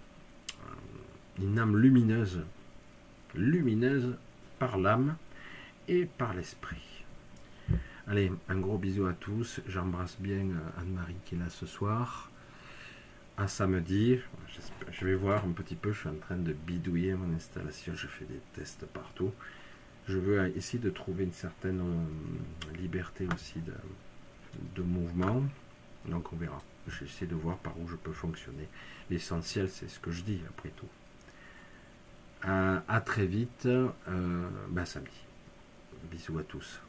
un, une âme lumineuse, lumineuse par l'âme et par l'esprit. Allez, un gros bisou à tous, j'embrasse bien Anne-Marie qui est là ce soir. À samedi, je vais voir un petit peu, je suis en train de bidouiller mon installation, je fais des tests partout. Je veux essayer de trouver une certaine liberté aussi de, de mouvement, donc on verra. J'essaie de voir par où je peux fonctionner. L'essentiel, c'est ce que je dis après tout. À, à très vite, euh, ben samedi. Bisous à tous.